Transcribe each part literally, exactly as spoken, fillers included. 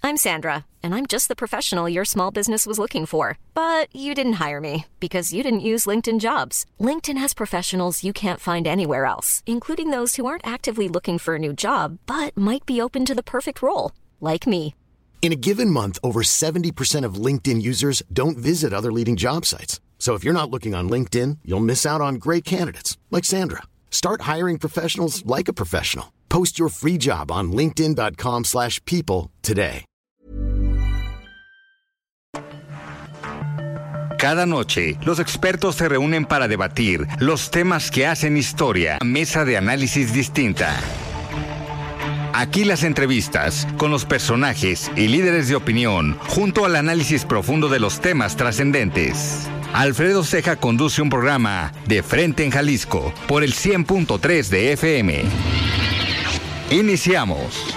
I'm Sandra, and I'm just the professional your small business was looking for. But you didn't hire me because you didn't use LinkedIn Jobs. LinkedIn has professionals you can't find anywhere else, including those who aren't actively looking for a new job, but might be open to the perfect role, like me. In a given month, over seventy percent of LinkedIn users don't visit other leading job sites. So if you're not looking on LinkedIn, you'll miss out on great candidates like Sandra. Start hiring professionals like a professional. Post your free job on linkedin dot com slash people today. Cada noche, los expertos se reúnen para debatir los temas que hacen historia. Mesa de análisis distinta. Aquí las entrevistas con los personajes y líderes de opinión, junto al análisis profundo de los temas trascendentes. Alfredo Ceja conduce un programa De Frente en Jalisco por el cien punto tres de F M. Iniciamos.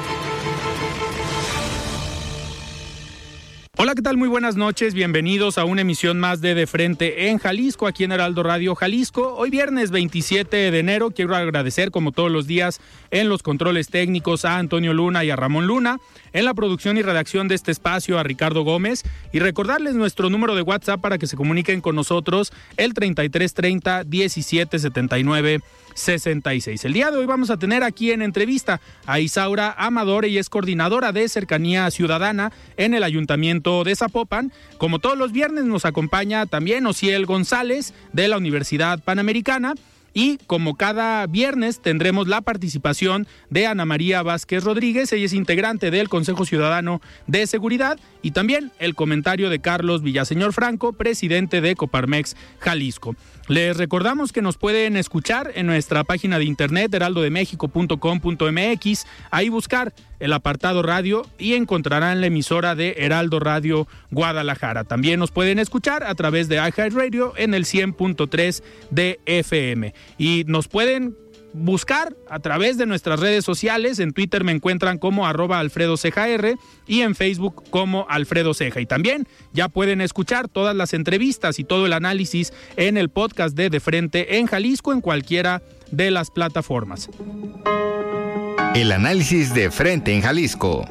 Hola, ¿qué tal? Muy buenas noches, bienvenidos a una emisión más de De Frente en Jalisco, aquí en Heraldo Radio Jalisco. Hoy viernes veintisiete de enero, quiero agradecer como todos los días en los controles técnicos a Antonio Luna y a Ramón Luna, en la producción y redacción de este espacio a Ricardo Gómez, y recordarles nuestro número de WhatsApp para que se comuniquen con nosotros, el treinta y tres treinta diecisiete setenta y nueve sesenta y seis. El día de hoy vamos a tener aquí en entrevista a Isaura Amador, ella es coordinadora de Cercanía Ciudadana en el Ayuntamiento de Zapopan. Como todos los viernes nos acompaña también Osiel González de la Universidad Panamericana. Y como cada viernes tendremos la participación de Ana María Vázquez Rodríguez, ella es integrante del Consejo Ciudadano de Seguridad, y también el comentario de Carlos Villaseñor Franco, presidente de Coparmex Jalisco. Les recordamos que nos pueden escuchar en nuestra página de internet heraldo de méxico punto com punto m x, ahí buscar el apartado radio y encontrarán la emisora de Heraldo Radio Guadalajara. También nos pueden escuchar a través de iHeartRadio en el cien punto tres de F M. Y nos pueden buscar a través de nuestras redes sociales. En Twitter me encuentran como arroba Alfredo Ceja R y en Facebook como Alfredo Ceja. Y también ya pueden escuchar todas las entrevistas y todo el análisis en el podcast de De Frente en Jalisco en cualquiera de las plataformas. El análisis de Frente en Jalisco.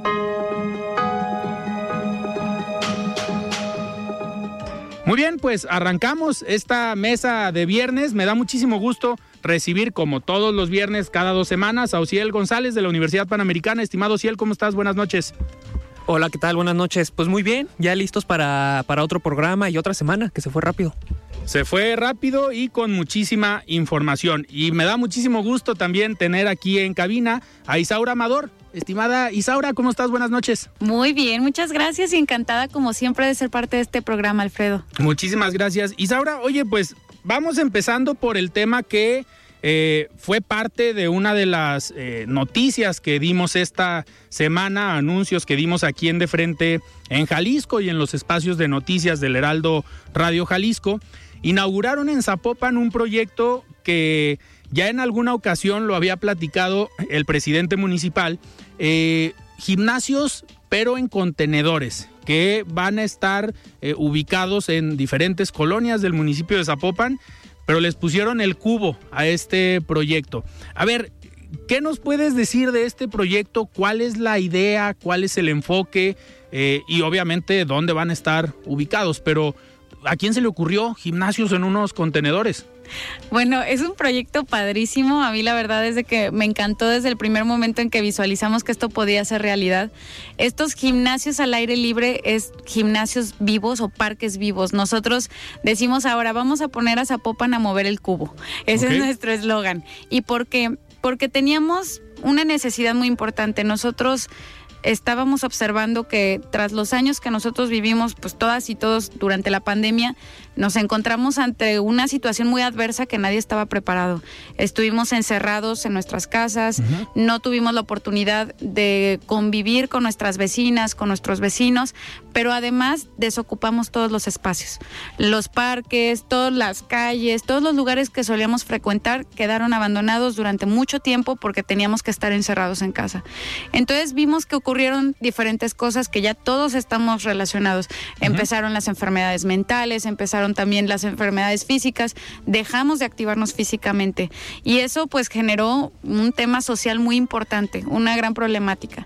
Muy bien, pues arrancamos esta mesa de viernes. Me da muchísimo gusto recibir, como todos los viernes, cada dos semanas, a Osiel González de la Universidad Panamericana. Estimado Osiel, ¿cómo estás? Buenas noches. Hola, ¿qué tal? Buenas noches. Pues muy bien, ya listos para, para otro programa y otra semana, que se fue rápido. Se fue rápido y con muchísima información. Y me da muchísimo gusto también tener aquí en cabina a Isaura Amador. Estimada Isaura, ¿cómo estás? Buenas noches. Muy bien, muchas gracias y encantada como siempre de ser parte de este programa, Alfredo. Muchísimas gracias. Isaura, oye, pues vamos empezando por el tema que eh, fue parte de una de las eh, noticias que dimos esta semana, anuncios que dimos aquí en De Frente en Jalisco y en los espacios de noticias del Heraldo Radio Jalisco. Inauguraron en Zapopan un proyecto que ya en alguna ocasión lo había platicado el presidente municipal, eh, gimnasios pero en contenedores que van a estar eh, ubicados en diferentes colonias del municipio de Zapopan, pero les pusieron el cubo a este proyecto. A ver, ¿qué nos puedes decir de este proyecto? ¿Cuál es la idea? ¿Cuál es el enfoque? Eh, y obviamente dónde van a estar ubicados, pero ¿a quién se le ocurrió gimnasios en unos contenedores? Bueno, es un proyecto padrísimo. A mí la verdad es de que me encantó desde el primer momento en que visualizamos que esto podía ser realidad. Estos gimnasios al aire libre es gimnasios vivos o parques vivos. Nosotros decimos ahora vamos a poner a Zapopan a mover el cubo. Ese okay. es nuestro eslogan. ¿Y por qué? Porque teníamos una necesidad muy importante. Nosotros estábamos observando que tras los años que nosotros vivimos, pues todas y todos durante la pandemia, nos encontramos ante una situación muy adversa que nadie estaba preparado. Estuvimos encerrados en nuestras casas, uh-huh. no tuvimos la oportunidad de convivir con nuestras vecinas, con nuestros vecinos, pero además desocupamos todos los espacios. Los parques, todas las calles, todos los lugares que solíamos frecuentar quedaron abandonados durante mucho tiempo porque teníamos que estar encerrados en casa. Entonces vimos que ocurrieron diferentes cosas que ya todos estamos relacionados. Uh-huh. Empezaron las enfermedades mentales, empezaron también las enfermedades físicas, dejamos de activarnos físicamente y eso pues generó un tema social muy importante, una gran problemática.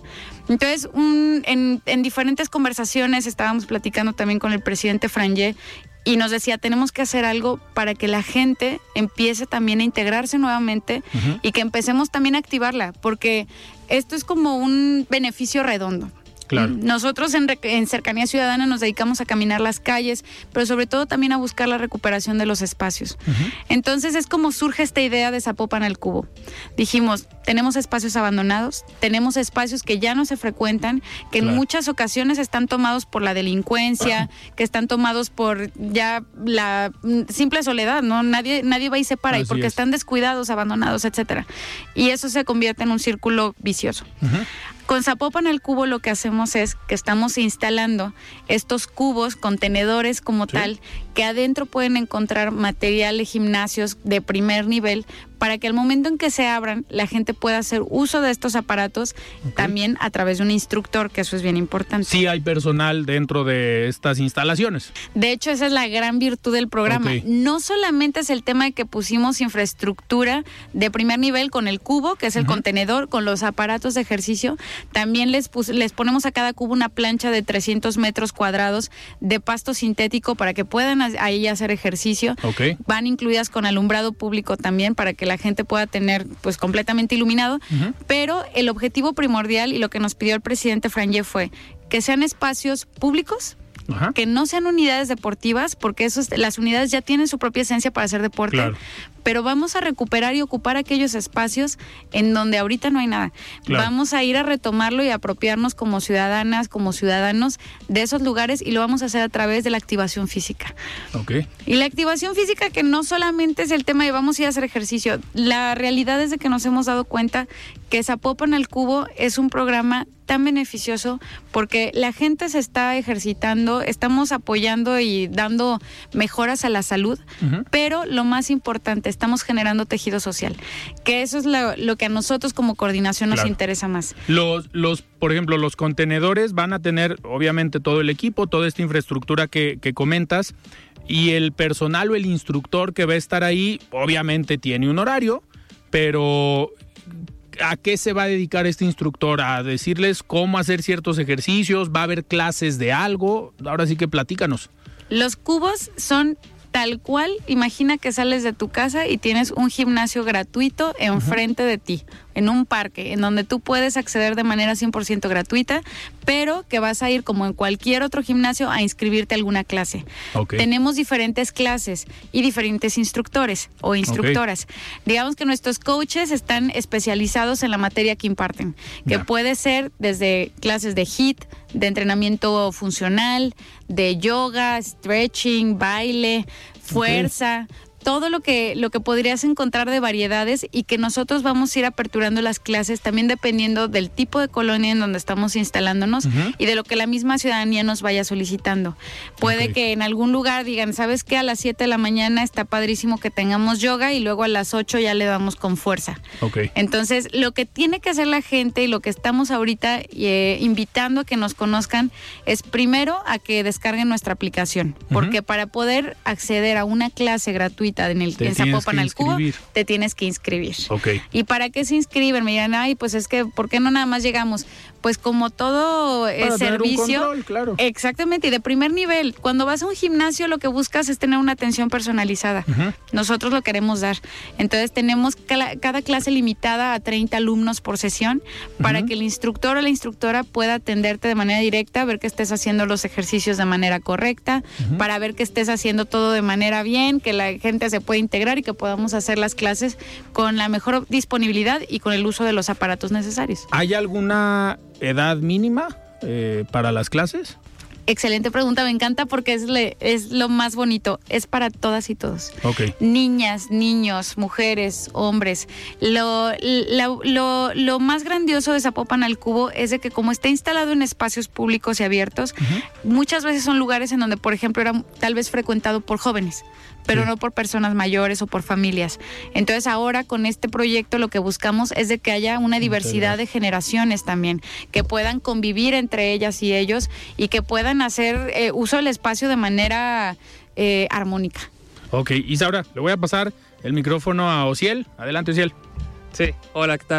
Entonces, un, en, en diferentes conversaciones estábamos platicando también con el presidente Frangé y nos decía, tenemos que hacer algo para que la gente empiece también a integrarse nuevamente uh-huh. y que empecemos también a activarla, porque esto es como un beneficio redondo. Claro. Nosotros en, en Cercanía Ciudadana nos dedicamos a caminar las calles, pero sobre todo también a buscar la recuperación de los espacios. Uh-huh. Entonces es como surge esta idea de Zapopan al Cubo. Dijimos, tenemos espacios abandonados, tenemos espacios que ya no se frecuentan, que claro. en muchas ocasiones están tomados por la delincuencia, uh-huh. que están tomados por ya la simple soledad, ¿no? Nadie, nadie va y se para, y porque es. están descuidados, abandonados, etcétera. Y eso se convierte en un círculo vicioso. Uh-huh. Con Zapopan al Cubo lo que hacemos es que estamos instalando estos cubos, contenedores como sí. tal, que adentro pueden encontrar material de gimnasios de primer nivel para que al momento en que se abran, la gente pueda hacer uso de estos aparatos okay. también a través de un instructor, que eso es bien importante. Sí hay personal dentro de estas instalaciones. De hecho, esa es la gran virtud del programa. Okay. No solamente es el tema de que pusimos infraestructura de primer nivel con el cubo, que es el uh-huh. contenedor, con los aparatos de ejercicio, también les, pus- les ponemos a cada cubo una plancha de trescientos metros cuadrados de pasto sintético para que puedan ahí hacer ejercicio. Okay. Van incluidas con alumbrado público también para que la gente pueda tener pues completamente iluminado, uh-huh. pero el objetivo primordial y lo que nos pidió el presidente Frangé fue que sean espacios públicos, uh-huh. que no sean unidades deportivas, porque esos, las unidades ya tienen su propia esencia para hacer deporte, claro. pero vamos a recuperar y ocupar aquellos espacios en donde ahorita no hay nada. Claro. Vamos a ir a retomarlo y apropiarnos como ciudadanas, como ciudadanos de esos lugares, y lo vamos a hacer a través de la activación física. Okay. Y la activación física, que no solamente es el tema de vamos a ir a hacer ejercicio, la realidad es de que nos hemos dado cuenta que Zapopan al Cubo es un programa tan beneficioso porque la gente se está ejercitando, estamos apoyando y dando mejoras a la salud, uh-huh. pero lo más importante, estamos generando tejido social, que eso es lo, lo que a nosotros como coordinación claro. nos interesa más. Los, los, por ejemplo, los contenedores van a tener obviamente todo el equipo, toda esta infraestructura que, que comentas, y el personal o el instructor que va a estar ahí obviamente tiene un horario, pero ¿a qué se va a dedicar este instructor? ¿A decirles cómo hacer ciertos ejercicios? ¿Va a haber clases de algo? Ahora sí que platícanos. Los cubos son tal cual, imagina que sales de tu casa y tienes un gimnasio gratuito enfrente uh-huh. de ti, en un parque, en donde tú puedes acceder de manera cien por ciento gratuita, pero que vas a ir como en cualquier otro gimnasio a inscribirte a alguna clase. Okay. Tenemos diferentes clases y diferentes instructores o instructoras. Okay. Digamos que nuestros coaches están especializados en la materia que imparten, que yeah. puede ser desde clases de H I I T, de entrenamiento funcional, de yoga, stretching, baile, fuerza, okay. todo lo que, lo que podrías encontrar de variedades, y que nosotros vamos a ir aperturando las clases también dependiendo del tipo de colonia en donde estamos instalándonos uh-huh. y de lo que la misma ciudadanía nos vaya solicitando. Puede okay. que en algún lugar digan, ¿sabes qué? A las siete de la mañana está padrísimo que tengamos yoga y luego a las ocho ya le damos con fuerza. Okay. Entonces, lo que tiene que hacer la gente y lo que estamos ahorita eh, invitando a que nos conozcan es primero a que descarguen nuestra aplicación, uh-huh. porque para poder acceder a una clase gratuita en el en Zapopan al Cubo, te tienes que inscribir. Okay. ¿Y para qué se inscriben? Me dirán, ay, pues es que, ¿por qué no nada más llegamos? Pues como todo eh, servicio, control, claro. exactamente, y de primer nivel. Cuando vas a un gimnasio, lo que buscas es tener una atención personalizada. Uh-huh. Nosotros lo queremos dar. Entonces tenemos cala, cada clase limitada a treinta alumnos por sesión, para uh-huh. que el instructor o la instructora pueda atenderte de manera directa, ver que estés haciendo los ejercicios de manera correcta, uh-huh. para ver que estés haciendo todo de manera bien, que la gente se pueda integrar y que podamos hacer las clases con la mejor disponibilidad y con el uso de los aparatos necesarios. ¿Hay alguna edad mínima eh, para las clases? Excelente pregunta, me encanta porque es, le, es lo más bonito, es para todas y todos. Okay. Niñas, niños, mujeres, hombres. Lo, lo, lo, lo más grandioso de Zapopan al Cubo es de que como está instalado en espacios públicos y abiertos, uh-huh. muchas veces son lugares en donde, por ejemplo, era tal vez frecuentado por jóvenes, pero sí. no por personas mayores o por familias. Entonces ahora con este proyecto lo que buscamos es de que haya una diversidad de generaciones también, que puedan convivir entre ellas y ellos y que puedan hacer eh, uso del espacio de manera eh, armónica. Ok, Isaura, le voy a pasar el micrófono a Osiel. Adelante, Osiel. Sí, hola, ¿qué tal?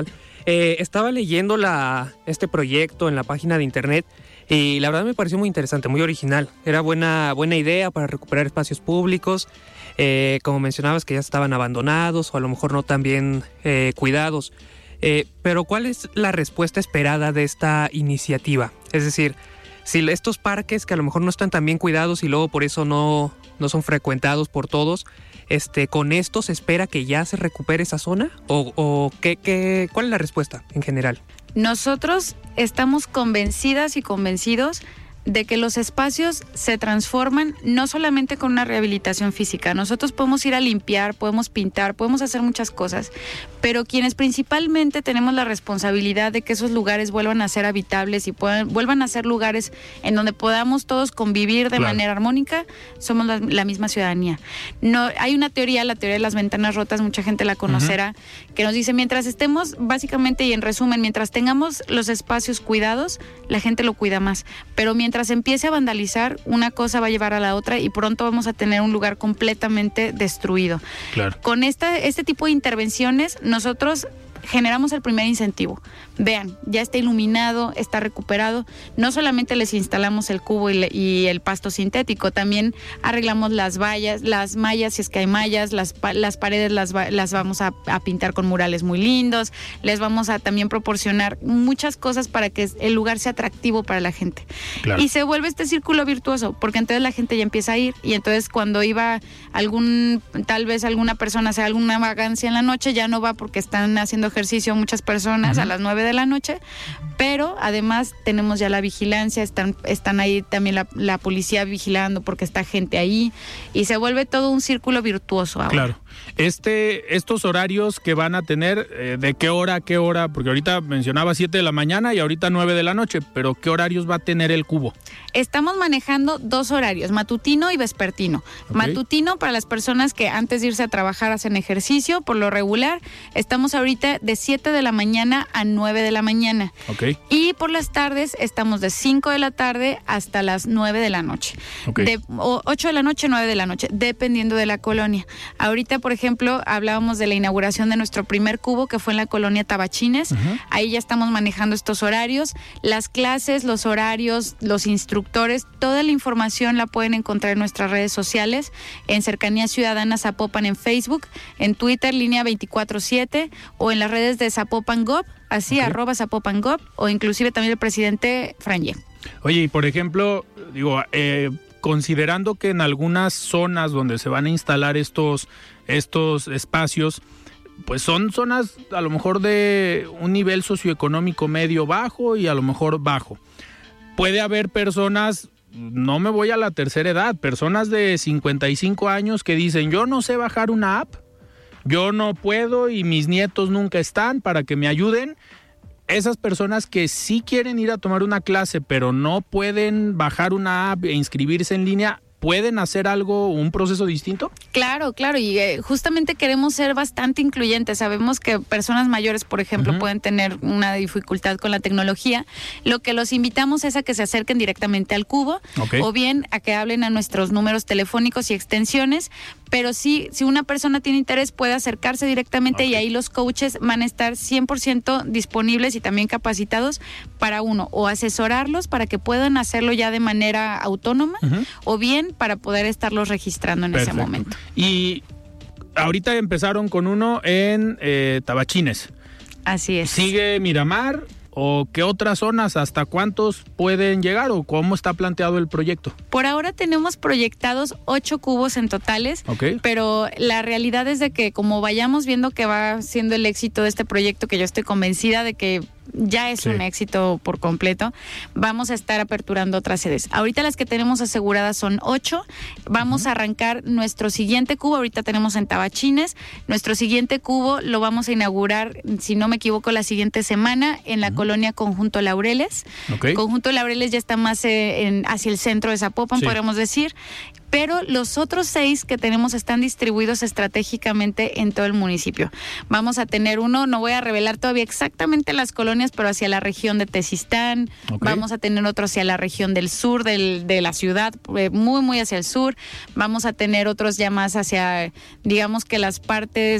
Eh, estaba leyendo la, este proyecto en la página de internet y la verdad me pareció muy interesante, muy original. Era buena, buena idea para recuperar espacios públicos, eh, como mencionabas que ya estaban abandonados o a lo mejor no tan bien eh, cuidados. Eh, pero ¿cuál es la respuesta esperada de esta iniciativa? Es decir, si estos parques que a lo mejor no están tan bien cuidados y luego por eso no, no son frecuentados por todos, este, ¿con esto se espera que ya se recupere esa zona? ¿O, o qué, qué, cuál es la respuesta en general? Nosotros estamos convencidas y convencidos de que los espacios se transforman no solamente con una rehabilitación física. Nosotros podemos ir a limpiar, podemos pintar, podemos hacer muchas cosas, pero quienes principalmente tenemos la responsabilidad de que esos lugares vuelvan a ser habitables y puedan, vuelvan a ser lugares en donde podamos todos convivir de claro. manera armónica, somos la, la misma ciudadanía. No, hay una teoría, la teoría de las ventanas rotas, mucha gente la conocerá, uh-huh. que nos dice, mientras estemos, básicamente y en resumen, mientras tengamos los espacios cuidados, la gente lo cuida más, pero mientras Mientras empiece a vandalizar, una cosa va a llevar a la otra y pronto vamos a tener un lugar completamente destruido. Claro. Con esta, este tipo de intervenciones, nosotros generamos el primer incentivo. Vean, ya está iluminado, está recuperado. No solamente les instalamos el cubo y, le, y el pasto sintético, también arreglamos las vallas, las mallas, si es que hay mallas, las, las paredes las, las vamos a, a pintar con murales muy lindos, les vamos a también proporcionar muchas cosas para que el lugar sea atractivo para la gente. Claro. Y se vuelve este círculo virtuoso, porque entonces la gente ya empieza a ir, y entonces cuando iba algún, tal vez alguna persona hacer alguna vagancia en la noche, ya no va porque están haciendo ejercicio muchas personas uh-huh. a las nueve de la noche, pero además tenemos ya la vigilancia, están, están ahí también la, la policía vigilando porque está gente ahí y se vuelve todo un círculo virtuoso ahora. Claro. Este, estos horarios que van a tener, eh, ¿de qué hora a qué hora? Porque ahorita mencionaba siete de la mañana y ahorita nueve de la noche, pero ¿qué horarios va a tener el cubo? Estamos manejando dos horarios, matutino y vespertino. Okay. Matutino para las personas que antes de irse a trabajar hacen ejercicio, por lo regular. Estamos ahorita de siete de la mañana a nueve de la mañana. Okay. Y por las tardes estamos de cinco de la tarde hasta las nueve de la noche. Okay. De ocho de la noche, nueve de la noche, dependiendo de la colonia. Ahorita, por ejemplo, hablábamos de la inauguración de nuestro primer cubo, que fue en la colonia Tabachines. Uh-huh. Ahí ya estamos manejando estos horarios. Las clases, los horarios, los instructores, toda la información la pueden encontrar en nuestras redes sociales, en Cercanía Ciudadana Zapopan en Facebook, en Twitter, línea veinticuatro siete, o en las redes de Zapopan Gov, así, okay. arroba Zapopan Gov, o inclusive también el presidente Franje. Oye, y por ejemplo, digo, eh, considerando que en algunas zonas donde se van a instalar estos, estos espacios, pues son zonas a lo mejor de un nivel socioeconómico medio bajo y a lo mejor bajo. Puede haber personas, no me voy a la tercera edad, personas de cincuenta y cinco años que dicen, yo no sé bajar una app, yo no puedo y mis nietos nunca están para que me ayuden. Esas personas que sí quieren ir a tomar una clase, pero no pueden bajar una app e inscribirse en línea, ¿pueden hacer algo, un proceso distinto? Claro, claro, y eh, justamente queremos ser bastante incluyentes. Sabemos que personas mayores, por ejemplo, uh-huh. pueden tener una dificultad con la tecnología. Lo que los invitamos es a que se acerquen directamente al cubo, okay. o bien a que hablen a nuestros números telefónicos y extensiones, pero sí, si una persona tiene interés, puede acercarse directamente, okay. y ahí los coaches van a estar cien por ciento disponibles y también capacitados para uno, o asesorarlos para que puedan hacerlo ya de manera autónoma, uh-huh. o bien para poder estarlos registrando en Perfecto. Ese momento. Y ahorita empezaron con uno en eh, Tabachines. Así es. ¿Sigue Miramar? ¿O qué otras zonas, hasta cuántos pueden llegar o cómo está planteado el proyecto? Por ahora tenemos proyectados ocho cubos en totales, okay. pero la realidad es de que como vayamos viendo que va siendo el éxito de este proyecto, que yo estoy convencida de que ya es sí. un éxito por completo, vamos a estar aperturando otras sedes. Ahorita las que tenemos aseguradas son ocho, vamos uh-huh. a arrancar nuestro siguiente cubo, ahorita tenemos en Tabachines, nuestro siguiente cubo lo vamos a inaugurar, si no me equivoco, la siguiente semana en la uh-huh. colonia Conjunto Laureles. Okay. Conjunto Laureles ya está más eh, en, hacia el centro de Zapopan, sí. podríamos decir, pero los otros seis que tenemos están distribuidos estratégicamente en todo el municipio. Vamos a tener uno, no voy a revelar todavía exactamente las colonias, pero hacia la región de Tezistán, okay. vamos a tener otro hacia la región del sur del, de la ciudad, muy, muy hacia el sur, vamos a tener otros ya más hacia, digamos que las partes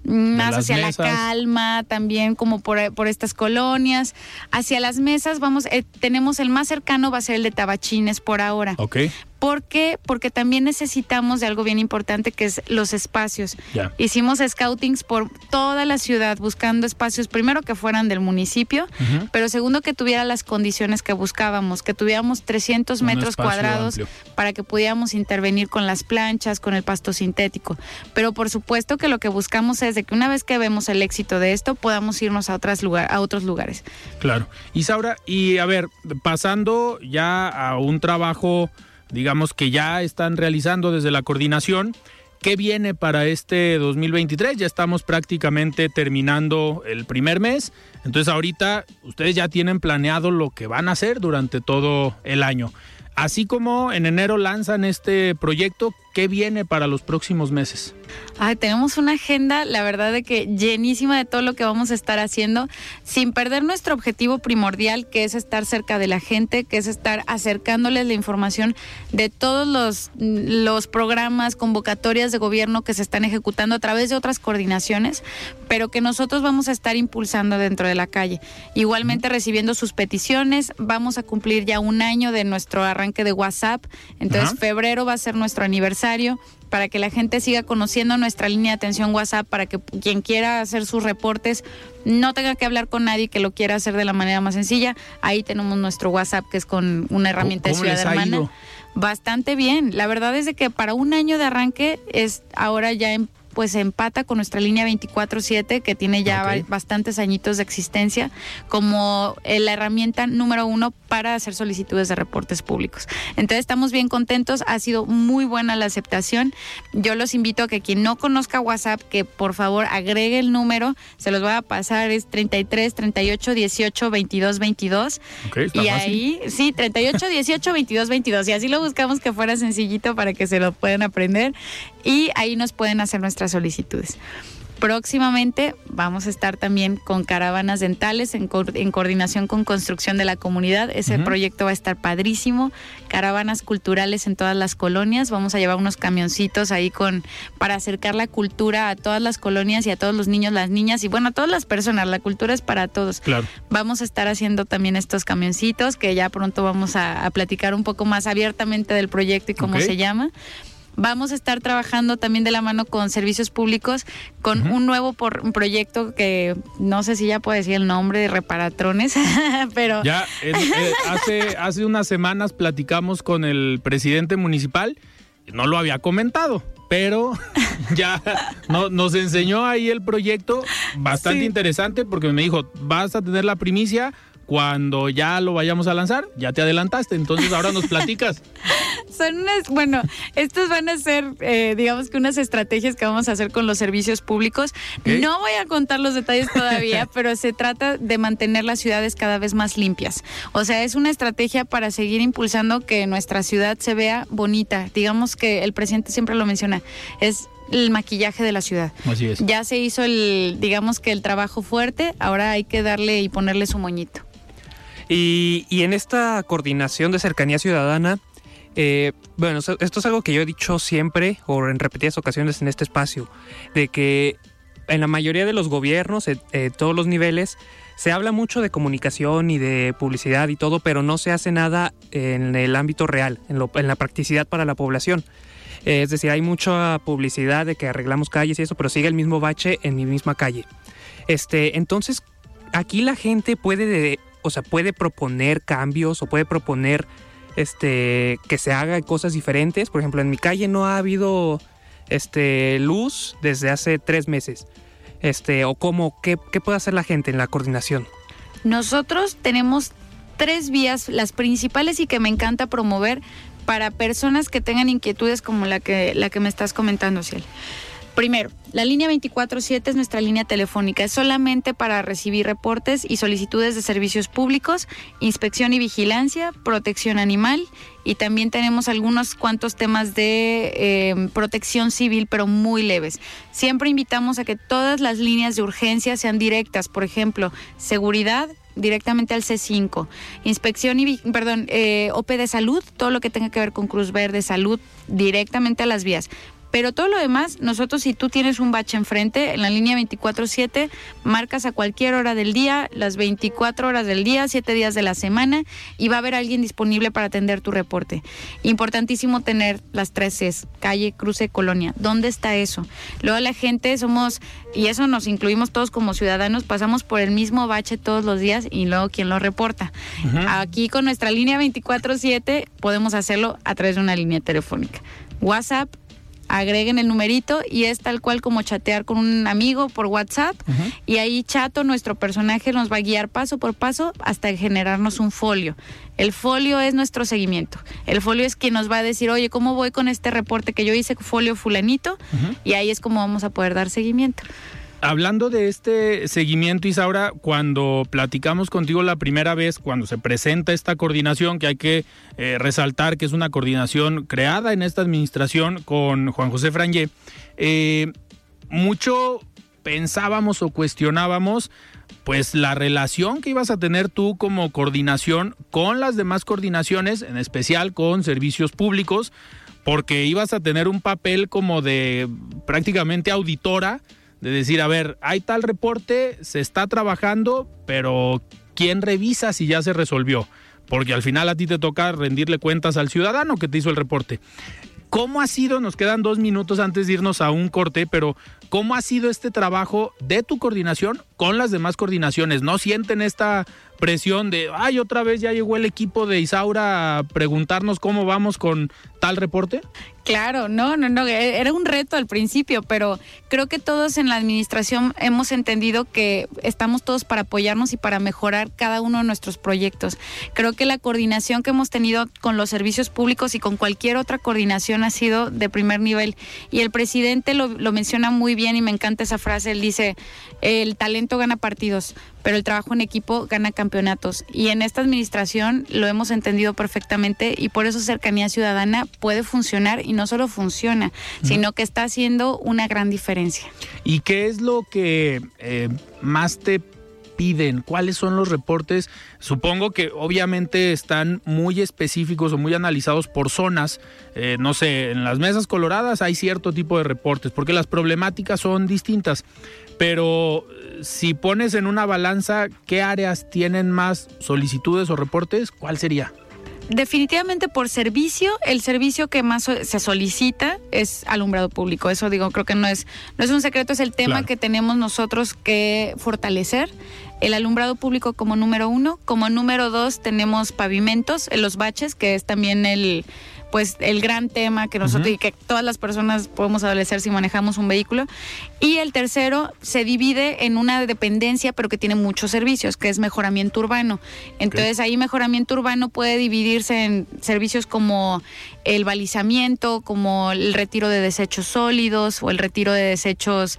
más hacia mesas. La Calma, también como por, por estas colonias. Hacia las mesas vamos, eh, tenemos el más cercano va a ser el de Tabachines por ahora. Ok. ¿Por qué? Porque también necesitamos de algo bien importante que es los espacios. Ya. Hicimos scoutings por toda la ciudad buscando espacios, primero que fueran del municipio, uh-huh. pero segundo que tuviera las condiciones que buscábamos, que tuviéramos trescientos Un metros cuadrados amplio. Para que pudiéramos intervenir con las planchas, con el pasto sintético. Pero por supuesto que lo que buscamos es de que una vez que vemos el éxito de esto, podamos irnos a, otras lugar, a otros lugares. Claro. Isaura, y a ver, pasando ya a un trabajo, digamos que ya están realizando desde la coordinación, ¿qué viene para este dos mil veintitrés? Ya estamos prácticamente terminando el primer mes, entonces ahorita ustedes ya tienen planeado lo que van a hacer durante todo el año. Así como en enero lanzan este proyecto, ¿qué viene para los próximos meses? Ay, tenemos una agenda, la verdad, de que llenísima de todo lo que vamos a estar haciendo, sin perder nuestro objetivo primordial, que es estar cerca de la gente, que es estar acercándoles la información de todos los, los programas, convocatorias de gobierno que se están ejecutando a través de otras coordinaciones, pero que nosotros vamos a estar impulsando dentro de la calle. Igualmente recibiendo sus peticiones, vamos a cumplir ya un año de nuestro arranque de WhatsApp, entonces uh-huh. febrero va a ser nuestro aniversario, para que la gente siga conociendo nuestra línea de atención WhatsApp, para que quien quiera hacer sus reportes no tenga que hablar con nadie, que lo quiera hacer de la manera más sencilla. Ahí tenemos nuestro WhatsApp, que es con una herramienta de Ciudad Hermana. Bastante bien. La verdad es de que para un año de arranque es ahora ya en pues empata con nuestra línea veinticuatro siete, que tiene ya okay. bastantes añitos de existencia, como la herramienta número uno para hacer solicitudes de reportes públicos. Entonces estamos bien contentos, ha sido muy buena la aceptación. Yo los invito a que quien no conozca WhatsApp, que por favor agregue el número, se los voy a pasar, es treinta y tres, treinta y ocho, dieciocho, veintidós, veintidós. Okay, está y fácil. Ahí, sí, treinta y ocho, dieciocho, veintidós, veintidós. Y así lo buscamos que fuera sencillito para que se lo puedan aprender. Y ahí nos pueden hacer nuestras solicitudes. Próximamente vamos a estar también con caravanas dentales en, co- en coordinación con Construcción de la Comunidad. Ese uh-huh. proyecto va a estar padrísimo. Caravanas culturales en todas las colonias. Vamos a llevar unos camioncitos ahí con para acercar la cultura a todas las colonias y a todos los niños, las niñas y bueno, a todas las personas. La cultura es para todos. Claro. Vamos a estar haciendo también estos camioncitos que ya pronto vamos a, a platicar un poco más abiertamente del proyecto y cómo okay. se llama. Vamos a estar trabajando también de la mano con servicios públicos, con uh-huh. un nuevo por, proyecto que no sé si ya puedo decir el nombre, de Reparatrones, pero... Ya, eh, eh, hace, hace unas semanas platicamos con el presidente municipal, no lo había comentado, pero ya no, nos enseñó ahí el proyecto, bastante sí. interesante, porque me dijo, vas a tener la primicia cuando ya lo vayamos a lanzar. Ya te adelantaste, entonces ahora nos platicas. Son unas, bueno, estos van a ser, eh, digamos que unas estrategias que vamos a hacer con los servicios públicos. Okay. No voy a contar los detalles todavía, pero se trata de mantener las ciudades cada vez más limpias. O sea, es una estrategia para seguir impulsando que nuestra ciudad se vea bonita. Digamos que el presidente siempre lo menciona, es el maquillaje de la ciudad. Así es. Ya se hizo el, digamos que el trabajo fuerte, ahora hay que darle y ponerle su moñito. Y, y en esta coordinación de cercanía ciudadana, eh, bueno, esto es algo que yo he dicho siempre o en repetidas ocasiones en este espacio, de que en la mayoría de los gobiernos, en eh, todos los niveles, se habla mucho de comunicación y de publicidad y todo, pero no se hace nada en el ámbito real, en, lo, en la practicidad para la población. Eh, es decir, hay mucha publicidad de que arreglamos calles y eso, pero sigue el mismo bache en mi misma calle. Este, entonces, aquí la gente puede... De, O sea, puede proponer cambios o puede proponer este, que se haga cosas diferentes. Por ejemplo, en mi calle no ha habido este, luz desde hace tres meses. Este, o cómo, ¿qué, qué puede hacer la gente en la coordinación? Nosotros tenemos tres vías, las principales y que me encanta promover para personas que tengan inquietudes como la que, la que me estás comentando, Ciel. Primero, la línea veinticuatro siete es nuestra línea telefónica, es solamente para recibir reportes y solicitudes de servicios públicos, inspección y vigilancia, protección animal y también tenemos algunos cuantos temas de eh, protección civil, pero muy leves. Siempre invitamos a que todas las líneas de urgencia sean directas, por ejemplo, seguridad, directamente al C cinco, inspección y, perdón, eh, O P de salud, todo lo que tenga que ver con Cruz Verde, salud, directamente a las vías. Pero todo lo demás, nosotros, si tú tienes un bache enfrente, en la línea veinticuatro siete, marcas a cualquier hora del día, las veinticuatro horas del día, siete días de la semana, y va a haber alguien disponible para atender tu reporte. Importantísimo tener las tres Cs, calle, cruce, colonia. ¿Dónde está eso? Luego la gente somos, y eso nos incluimos todos como ciudadanos, pasamos por el mismo bache todos los días y luego quién lo reporta. Uh-huh. Aquí con nuestra línea veinticuatro siete podemos hacerlo a través de una línea telefónica. WhatsApp, agreguen el numerito y es tal cual como chatear con un amigo por WhatsApp. Uh-huh. Y ahí Chato, nuestro personaje, nos va a guiar paso por paso hasta generarnos un folio. El folio es nuestro seguimiento. El folio es quien nos va a decir, oye, ¿cómo voy con este reporte que yo hice, folio fulanito? Uh-huh. Y ahí es como vamos a poder dar seguimiento. Hablando de este seguimiento, Isaura, cuando platicamos contigo la primera vez, cuando se presenta esta coordinación, que hay que eh, resaltar que es una coordinación creada en esta administración con Juan José Frangé, eh, mucho pensábamos o cuestionábamos pues la relación que ibas a tener tú como coordinación con las demás coordinaciones, en especial con servicios públicos, porque ibas a tener un papel como de prácticamente auditora, de decir, a ver, hay tal reporte, se está trabajando, pero ¿quién revisa si ya se resolvió? Porque al final a ti te toca rendirle cuentas al ciudadano que te hizo el reporte. ¿Cómo ha sido? Nos quedan dos minutos antes de irnos a un corte, pero ¿cómo ha sido este trabajo de tu coordinación con las demás coordinaciones? ¿No sienten esta presión de, ay, otra vez ya llegó el equipo de Isaura a preguntarnos cómo vamos con tal reporte? Claro, no, no, no, era un reto al principio, pero creo que todos en la administración hemos entendido que estamos todos para apoyarnos y para mejorar cada uno de nuestros proyectos. Creo que la coordinación que hemos tenido con los servicios públicos y con cualquier otra coordinación ha sido de primer nivel. Y el presidente lo, lo menciona muy bien y me encanta esa frase. Él dice, el talento gana partidos, pero el trabajo en equipo gana campeonatos. Y en esta administración lo hemos entendido perfectamente y por eso Cercanía Ciudadana puede funcionar y no solo funciona, uh-huh. sino que está haciendo una gran diferencia. ¿Y qué es lo que eh, más te piden? ¿Cuáles son los reportes? Supongo que obviamente están muy específicos o muy analizados por zonas. Eh, no sé, en las mesas coloradas hay cierto tipo de reportes porque las problemáticas son distintas. Pero si pones en una balanza qué áreas tienen más solicitudes o reportes, ¿cuál sería? Definitivamente por servicio, el servicio que más se solicita es alumbrado público. Eso digo, creo que no es, no es un secreto, es el tema claro. que tenemos nosotros que fortalecer. El alumbrado público como número uno. Como número dos tenemos pavimentos, los baches, que es también el... pues el gran tema que nosotros uh-huh. y que todas las personas podemos adolecer si manejamos un vehículo. Y el tercero se divide en una dependencia, pero que tiene muchos servicios, que es mejoramiento urbano. Entonces okay. ahí mejoramiento urbano puede dividirse en servicios como el balizamiento, como el retiro de desechos sólidos o el retiro de desechos,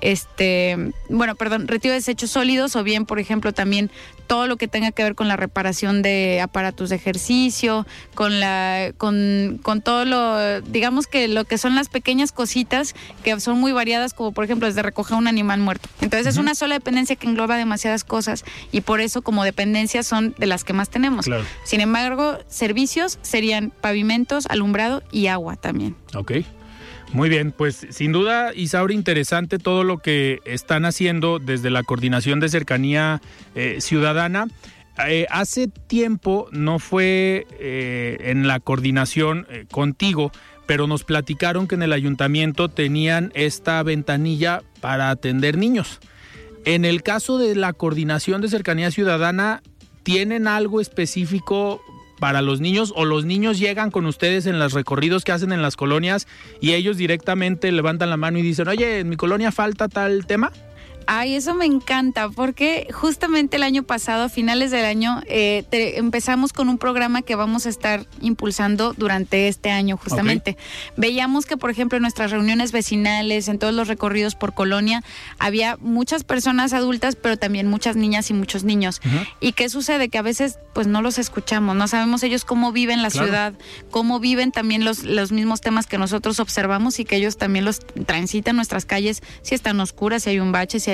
este, bueno, perdón, retiro de desechos sólidos o bien, por ejemplo, también todo lo que tenga que ver con la reparación de aparatos de ejercicio, con la, con, con todo lo, digamos que lo que son las pequeñas cositas que son muy variadas, como por ejemplo desde recoger un animal muerto. Entonces uh-huh. es una sola dependencia que engloba demasiadas cosas y por eso como dependencias son de las que más tenemos. Claro. Sin embargo, servicios serían pavimentos, alumbrado y agua también. Ok. Muy bien, pues sin duda, Isaura, interesante todo lo que están haciendo desde la Coordinación de Cercanía eh, Ciudadana. Eh, hace tiempo no fue eh, en la coordinación eh, contigo, pero nos platicaron que en el ayuntamiento tenían esta ventanilla para atender niños. En el caso de la Coordinación de Cercanía Ciudadana, ¿tienen algo específico para los niños o los niños llegan con ustedes en los recorridos que hacen en las colonias y ellos directamente levantan la mano y dicen, oye, en mi colonia falta tal tema? Ay, eso me encanta, porque justamente el año pasado, a finales del año, eh, te, empezamos con un programa que vamos a estar impulsando durante este año, justamente. Okay. Veíamos que, por ejemplo, en nuestras reuniones vecinales, en todos los recorridos por colonia, había muchas personas adultas, pero también muchas niñas y muchos niños. Uh-huh. ¿Y qué sucede? Que a veces, pues, no los escuchamos, no sabemos ellos cómo viven la claro. ciudad, cómo viven también los, los mismos temas que nosotros observamos y que ellos también los transitan nuestras calles, si están oscuras, si hay un bache, si hay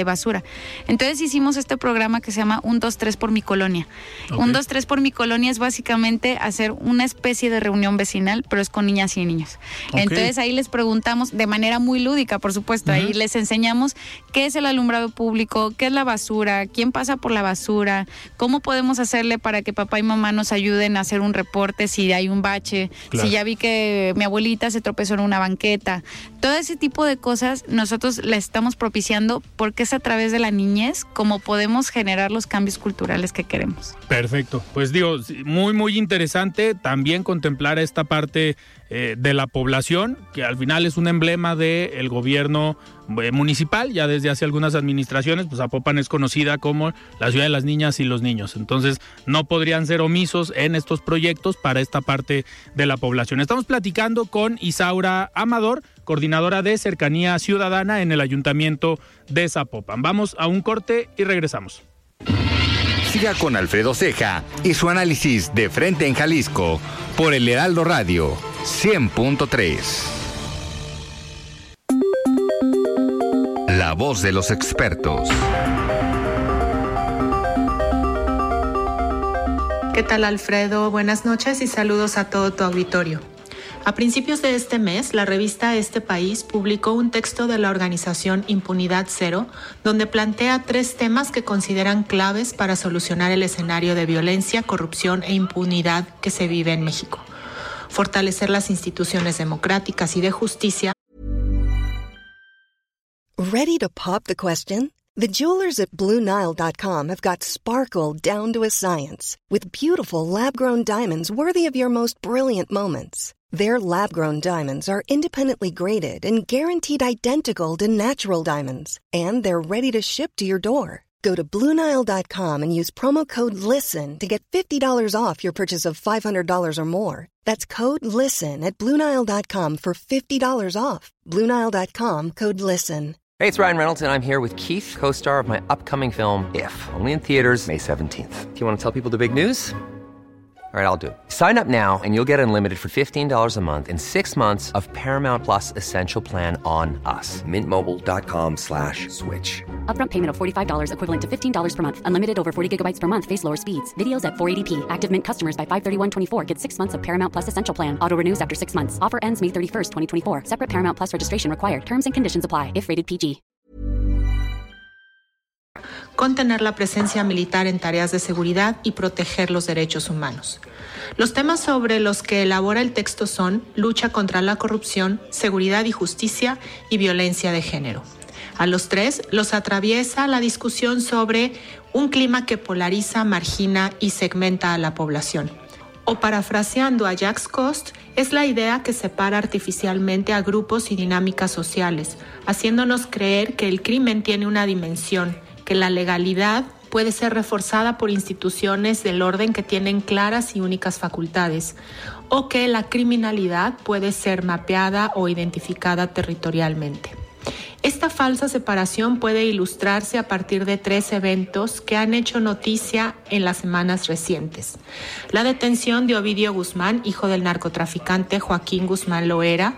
de basura. Entonces hicimos este programa que se llama Un, dos, tres por mi colonia. Okay. Un, dos, tres por mi colonia es básicamente hacer una especie de reunión vecinal, pero es con niñas y niños. Okay. Entonces ahí les preguntamos, de manera muy lúdica, por supuesto, uh-huh. ahí les enseñamos qué es el alumbrado público, qué es la basura, quién pasa por la basura, cómo podemos hacerle para que papá y mamá nos ayuden a hacer un reporte si hay un bache, claro. si ya vi que mi abuelita se tropezó en una banqueta. Todo ese tipo de cosas nosotros les estamos propiciando porque es a través de la niñez como podemos generar los cambios culturales que queremos. Perfecto. Pues digo, muy, muy interesante también contemplar esta parte eh, de la población, que al final es un emblema del gobierno eh, municipal. Ya desde hace algunas administraciones, pues Zapopan es conocida como la ciudad de las niñas y los niños. Entonces, no podrían ser omisos en estos proyectos para esta parte de la población. Estamos platicando con Isaura Amador, coordinadora de Cercanía Ciudadana en el Ayuntamiento de Zapopan. Vamos a un corte y regresamos. Siga con Alfredo Ceja y su análisis de Frente en Jalisco por el Heraldo Radio cien punto tres. La voz de los expertos. ¿Qué tal, Alfredo? Buenas noches y saludos a todo tu auditorio. A principios de este mes, la revista Este País publicó un texto de la organización Impunidad Cero, donde plantea tres temas que consideran claves para solucionar el escenario de violencia, corrupción e impunidad que se vive en México. Fortalecer las instituciones democráticas y de justicia. Ready to pop the question? The jewelers at Blue Nile dot com have got sparkle down to a science with beautiful lab-grown diamonds worthy of your most brilliant moments. Their lab-grown diamonds are independently graded and guaranteed identical to natural diamonds, and they're ready to ship to your door. Go to Blue Nile dot com and use promo code LISTEN to get fifty dollars off your purchase of five hundred dollars or more. That's code LISTEN at Blue Nile dot com for fifty dollars off. Blue Nile dot com, code LISTEN. Hey, it's Ryan Reynolds, and I'm here with Keith, co-star of my upcoming film, If, only in theaters May seventeenth. Do you want to tell people the big news? All right, I'll do it. Sign up now and you'll get unlimited for fifteen dollars a month and six months of Paramount Plus Essential Plan on us. Mint Mobile dot com slash switch. Upfront payment of forty-five dollars equivalent to fifteen dollars per month. Unlimited over forty gigabytes per month. Face lower speeds. Videos at four eighty p. Active Mint customers by five thirty-one twenty-four get six months of Paramount Plus Essential Plan. Auto renews after six months. Offer ends May thirty-first, twenty twenty-four. Separate Paramount Plus registration required. Terms and conditions apply if rated P G. Contener la presencia militar en tareas de seguridad y proteger los derechos humanos. Los temas sobre los que elabora el texto son lucha contra la corrupción, seguridad y justicia y violencia de género. A los tres los atraviesa la discusión sobre un clima que polariza, margina y segmenta a la población. O parafraseando a Jacques Coste, es la idea que separa artificialmente a grupos y dinámicas sociales, haciéndonos creer que el crimen tiene una dimensión, que la legalidad puede ser reforzada por instituciones del orden que tienen claras y únicas facultades, o que la criminalidad puede ser mapeada o identificada territorialmente. Esta falsa separación puede ilustrarse a partir de tres eventos que han hecho noticia en las semanas recientes. La detención de Ovidio Guzmán, hijo del narcotraficante Joaquín Guzmán Loera,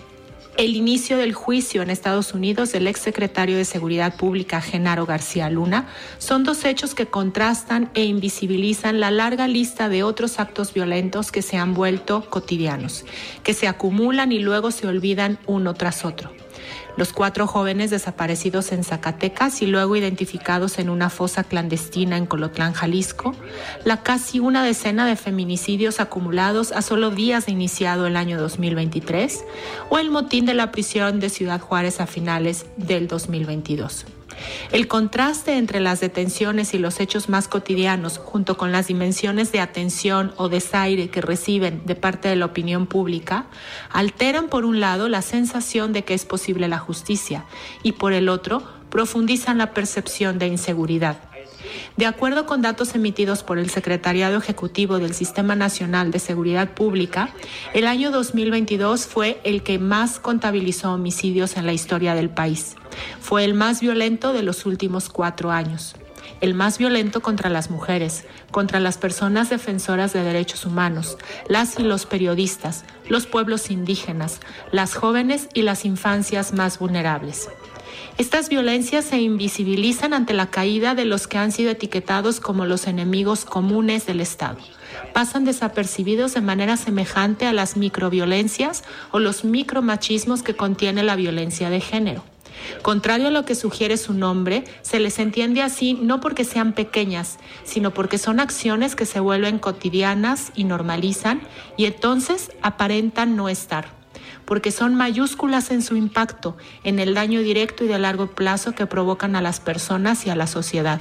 el inicio del juicio en Estados Unidos del exsecretario de Seguridad Pública Genaro García Luna son dos hechos que contrastan e invisibilizan la larga lista de otros actos violentos que se han vuelto cotidianos, que se acumulan y luego se olvidan uno tras otro. Los cuatro jóvenes desaparecidos en Zacatecas y luego identificados en una fosa clandestina en Colotlán, Jalisco, la casi una decena de feminicidios acumulados a solo días de iniciado el año dos mil veintitrés, o el motín de la prisión de Ciudad Juárez a finales del dos mil veintidós. El contraste entre las detenciones y los hechos más cotidianos, junto con las dimensiones de atención o desaire que reciben de parte de la opinión pública, alteran por un lado la sensación de que es posible la justicia y por el otro profundizan la percepción de inseguridad. De acuerdo con datos emitidos por el Secretariado Ejecutivo del Sistema Nacional de Seguridad Pública, el año dos mil veintidós fue el que más contabilizó homicidios en la historia del país. Fue el más violento de los últimos cuatro años. El más violento contra las mujeres, contra las personas defensoras de derechos humanos, las y los periodistas, los pueblos indígenas, las jóvenes y las infancias más vulnerables. Estas violencias se invisibilizan ante la caída de los que han sido etiquetados como los enemigos comunes del Estado. Pasan desapercibidos de manera semejante a las microviolencias o los micromachismos que contiene la violencia de género. Contrario a lo que sugiere su nombre, se les entiende así no porque sean pequeñas, sino porque son acciones que se vuelven cotidianas y normalizan y entonces aparentan no estar, porque son mayúsculas en su impacto, en el daño directo y de largo plazo que provocan a las personas y a la sociedad.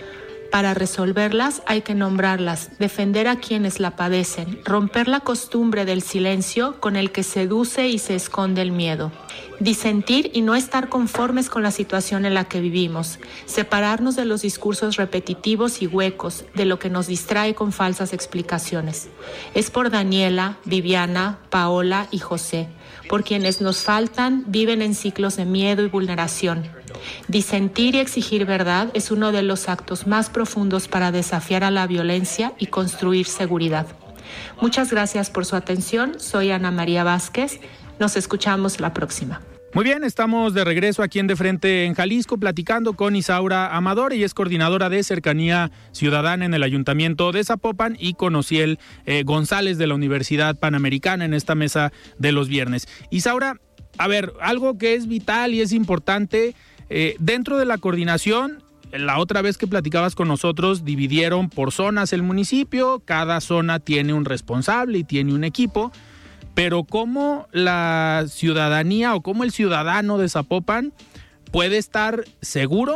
Para resolverlas hay que nombrarlas, defender a quienes la padecen, romper la costumbre del silencio con el que seduce y se esconde el miedo. Disentir y no estar conformes con la situación en la que vivimos, separarnos de los discursos repetitivos y huecos, de lo que nos distrae con falsas explicaciones. Es por Daniela, Viviana, Paola y José, por quienes nos faltan, viven en ciclos de miedo y vulneración. Disentir y exigir verdad es uno de los actos más profundos para desafiar a la violencia y construir seguridad. Muchas gracias por su atención. Soy Ana María Vázquez. Nos escuchamos la próxima. Muy bien, estamos de regreso aquí en De Frente en Jalisco, platicando con Isaura Amador. Ella es coordinadora de Cercanía Ciudadana en el Ayuntamiento de Zapopan, y con Ociel eh, González de la Universidad Panamericana en esta mesa de los viernes. Isaura, a ver, algo que es vital y es importante, eh, dentro de la coordinación, la otra vez que platicabas con nosotros, dividieron por zonas el municipio, cada zona tiene un responsable y tiene un equipo. Pero ¿cómo la ciudadanía o cómo el ciudadano de Zapopan puede estar seguro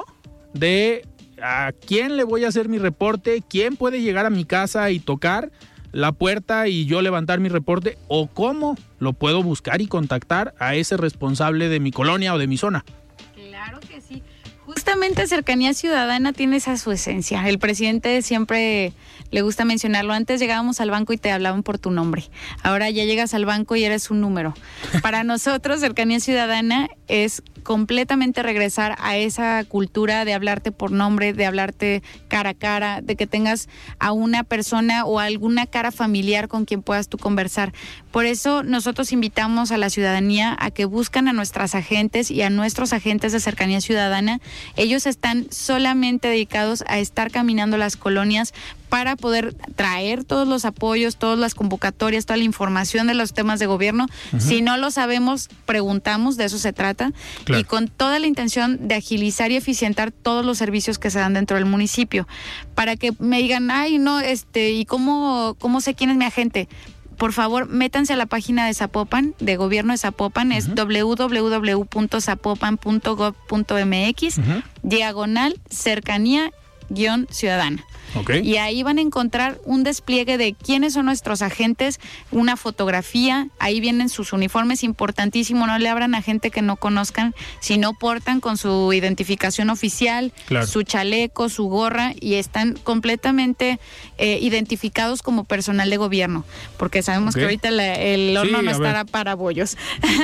de a quién le voy a hacer mi reporte, quién puede llegar a mi casa y tocar la puerta y yo levantar mi reporte, o cómo lo puedo buscar y contactar a ese responsable de mi colonia o de mi zona? Claro que sí. Justamente Cercanía Ciudadana tiene esa su esencia. El presidente siempre le gusta mencionarlo. Antes llegábamos al banco y te hablaban por tu nombre. Ahora ya llegas al banco y eres un número. Para nosotros, Cercanía Ciudadana es completamente regresar a esa cultura de hablarte por nombre, de hablarte cara a cara, de que tengas a una persona o alguna cara familiar con quien puedas tú conversar. Por eso nosotros invitamos a la ciudadanía a que buscan a nuestras agentes y a nuestros agentes de Cercanía Ciudadana. Ellos están solamente dedicados a estar caminando las colonias para poder traer todos los apoyos, todas las convocatorias, toda la información de los temas de gobierno. Uh-huh. Si no lo sabemos, preguntamos, de eso se trata. Claro. Y con toda la intención de agilizar y eficientar todos los servicios que se dan dentro del municipio. Para que me digan, ay, no, este, ¿y cómo, cómo sé quién es mi agente? Por favor, métanse a la página de Zapopan, de Gobierno de Zapopan, uh-huh. es doble u doble u doble u punto zapopan punto gob punto eme equis, uh-huh. diagonal cercanía guión ciudadana. Okay. Y ahí van a encontrar un despliegue de quiénes son nuestros agentes, una fotografía, ahí vienen sus uniformes, importantísimo, no le abran a gente que no conozcan, si no portan con su identificación oficial, claro. su chaleco, su gorra, y están completamente eh, identificados como personal de gobierno, porque sabemos okay. que ahorita la, el horno sí, no estará ver. para bollos.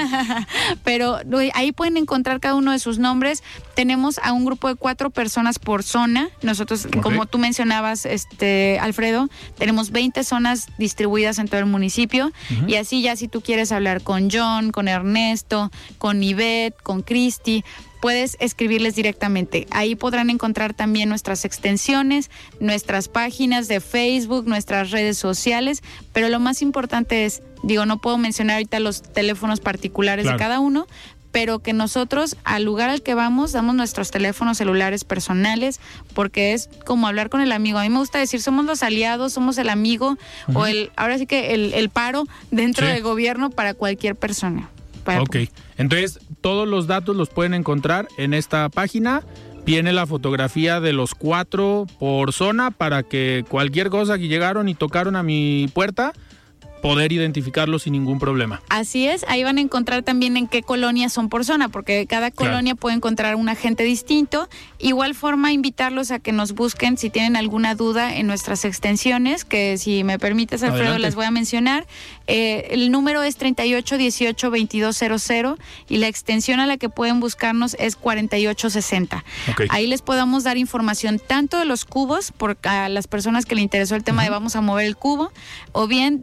Pero ahí pueden encontrar cada uno de sus nombres. Tenemos a un grupo de cuatro personas por zona. Nosotros, okay. como tú mencionabas, este Alfredo, tenemos veinte zonas distribuidas en todo el municipio, uh-huh. y así ya si tú quieres hablar con John, con Ernesto, con Ivette, con Cristi, puedes escribirles directamente. Ahí podrán encontrar también nuestras extensiones, nuestras páginas de Facebook, nuestras redes sociales, pero lo más importante es, digo, no puedo mencionar ahorita los teléfonos particulares claro. de cada uno, pero que nosotros al lugar al que vamos damos nuestros teléfonos celulares personales, porque es como hablar con el amigo. A mí me gusta decir, somos los aliados, somos el amigo, uh-huh. o el, ahora sí que el, el paro dentro sí. del gobierno para cualquier persona. Para ok, entonces todos los datos los pueden encontrar en esta página. Viene la fotografía de los cuatro por zona para que cualquier cosa que llegaron y tocaron a mi puerta, poder identificarlo sin ningún problema. Así es, ahí van a encontrar también en qué colonias son por zona, porque cada colonia claro. puede encontrar un agente distinto. Igual forma, invitarlos a que nos busquen si tienen alguna duda en nuestras extensiones, que si me permites, Alfredo, adelante. Las voy a mencionar. Eh, el número es treinta y ocho dieciocho veintidós cero cero y la extensión a la que pueden buscarnos es cuarenta y ocho sesenta. Okay. Ahí les podamos dar información tanto de los cubos, por a las personas que le interesó el tema uh-huh. de vamos a mover el cubo, o bien de los agentes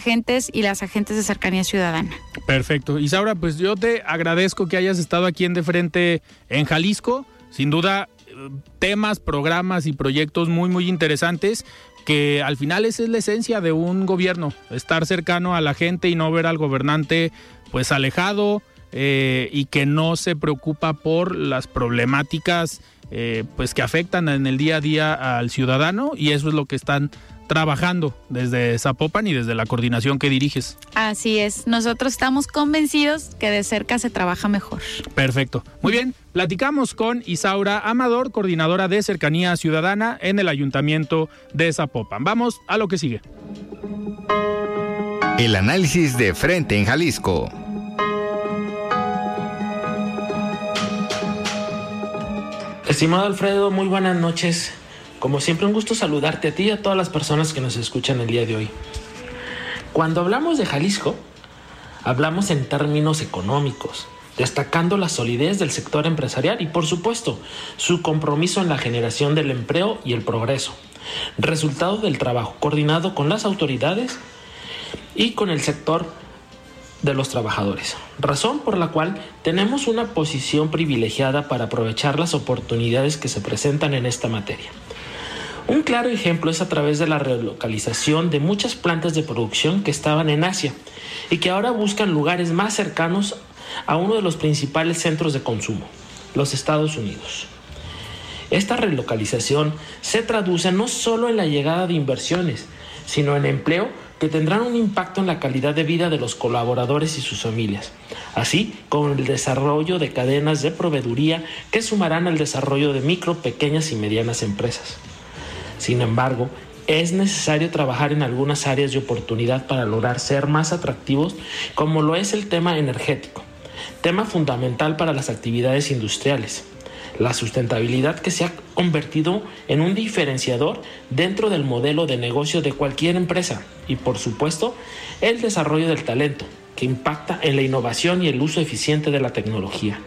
agentes y las agentes de cercanía ciudadana. Perfecto. Isaura, pues yo te agradezco que hayas estado aquí en De Frente en Jalisco. Sin duda, temas, programas y proyectos muy, muy interesantes, que al final esa es la esencia de un gobierno, estar cercano a la gente y no ver al gobernante pues alejado eh, y que no se preocupa por las problemáticas eh, pues que afectan en el día a día al ciudadano, y eso es lo que están trabajando desde Zapopan y desde la coordinación que diriges. Así es, nosotros estamos convencidos que de cerca se trabaja mejor. Perfecto, muy bien, platicamos con Isaura Amador, coordinadora de Cercanía Ciudadana en el Ayuntamiento de Zapopan. Vamos a lo que sigue. El análisis de frente en Jalisco. Estimado Alfredo, muy buenas noches. Como siempre, un gusto saludarte a ti y a todas las personas que nos escuchan el día de hoy. Cuando hablamos de Jalisco, hablamos en términos económicos, destacando la solidez del sector empresarial y, por supuesto, su compromiso en la generación del empleo y el progreso, resultado del trabajo coordinado con las autoridades y con el sector de los trabajadores, razón por la cual tenemos una posición privilegiada para aprovechar las oportunidades que se presentan en esta materia. Un claro ejemplo es a través de la relocalización de muchas plantas de producción que estaban en Asia y que ahora buscan lugares más cercanos a uno de los principales centros de consumo, los Estados Unidos. Esta relocalización se traduce no solo en la llegada de inversiones, sino en empleo que tendrán un impacto en la calidad de vida de los colaboradores y sus familias, así como el desarrollo de cadenas de proveeduría que sumarán al desarrollo de micro, pequeñas y medianas empresas. Sin embargo, es necesario trabajar en algunas áreas de oportunidad para lograr ser más atractivos, como lo es el tema energético, tema fundamental para las actividades industriales, la sustentabilidad que se ha convertido en un diferenciador dentro del modelo de negocio de cualquier empresa y, por supuesto, el desarrollo del talento, que impacta en la innovación y el uso eficiente de la tecnología.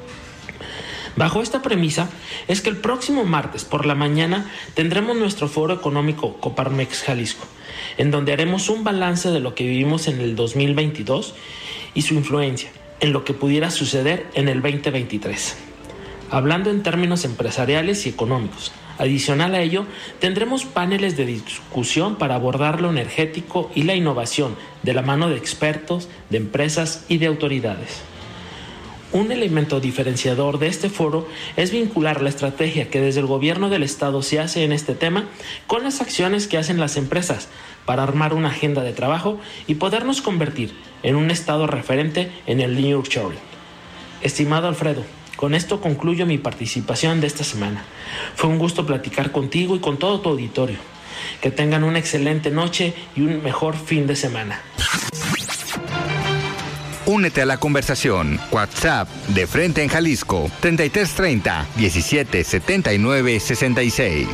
Bajo esta premisa es que el próximo martes por la mañana tendremos nuestro foro económico Coparmex Jalisco, en donde haremos un balance de lo que vivimos en el dos mil veintidós y su influencia en lo que pudiera suceder en el veinte veintitrés. Hablando en términos empresariales y económicos. Adicional a ello, tendremos paneles de discusión para abordar lo energético y la innovación de la mano de expertos, de empresas y de autoridades. Un elemento diferenciador de este foro es vincular la estrategia que desde el gobierno del estado se hace en este tema con las acciones que hacen las empresas para armar una agenda de trabajo y podernos convertir en un estado referente en el nearshoring. Estimado Alfredo, con esto concluyo mi participación de esta semana. Fue un gusto platicar contigo y con todo tu auditorio. Que tengan una excelente noche y un mejor fin de semana. Únete a la conversación. WhatsApp de Frente en Jalisco treinta y tres treinta, diecisiete setenta y nueve sesenta y seis.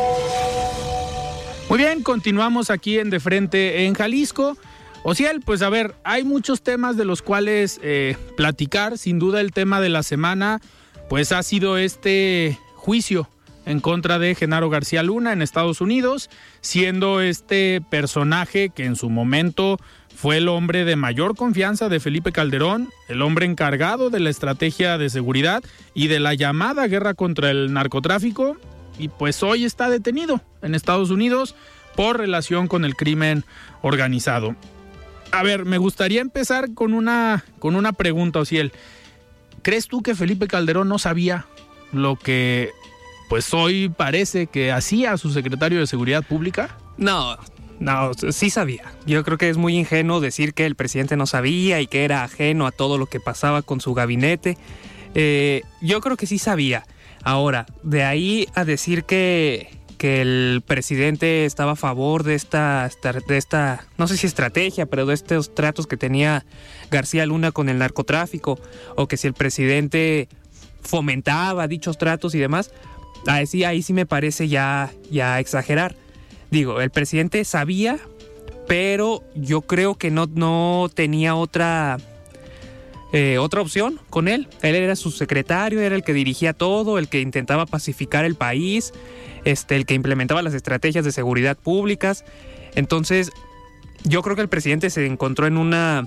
Muy bien, continuamos aquí en De Frente en Jalisco. Ociel, pues a ver, hay muchos temas de los cuales eh, platicar. Sin duda el tema de la semana pues ha sido este juicio en contra de Genaro García Luna en Estados Unidos, siendo este personaje que en su momento fue el hombre de mayor confianza de Felipe Calderón, el hombre encargado de la estrategia de seguridad y de la llamada guerra contra el narcotráfico, y pues hoy está detenido en Estados Unidos por relación con el crimen organizado. A ver, me gustaría empezar con una, con una pregunta, Ociel. ¿Crees tú que Felipe Calderón no sabía lo que pues hoy parece que hacía su secretario de Seguridad Pública? No, no, sí sabía. Yo creo que es muy ingenuo decir que el presidente no sabía y que era ajeno a todo lo que pasaba con su gabinete. Eh, yo creo que sí sabía. Ahora, de ahí a decir que, que el presidente estaba a favor de esta, de esta, no sé si estrategia, pero de estos tratos que tenía García Luna con el narcotráfico, o que si el presidente fomentaba dichos tratos y demás, ahí sí, ahí sí me parece ya, ya exagerar. Digo, el presidente sabía, pero yo creo que no, no tenía otra, eh, otra opción con él. Él era su secretario, era el que dirigía todo, el que intentaba pacificar el país, este, el que implementaba las estrategias de seguridad públicas. Entonces, yo creo que el presidente se encontró en una,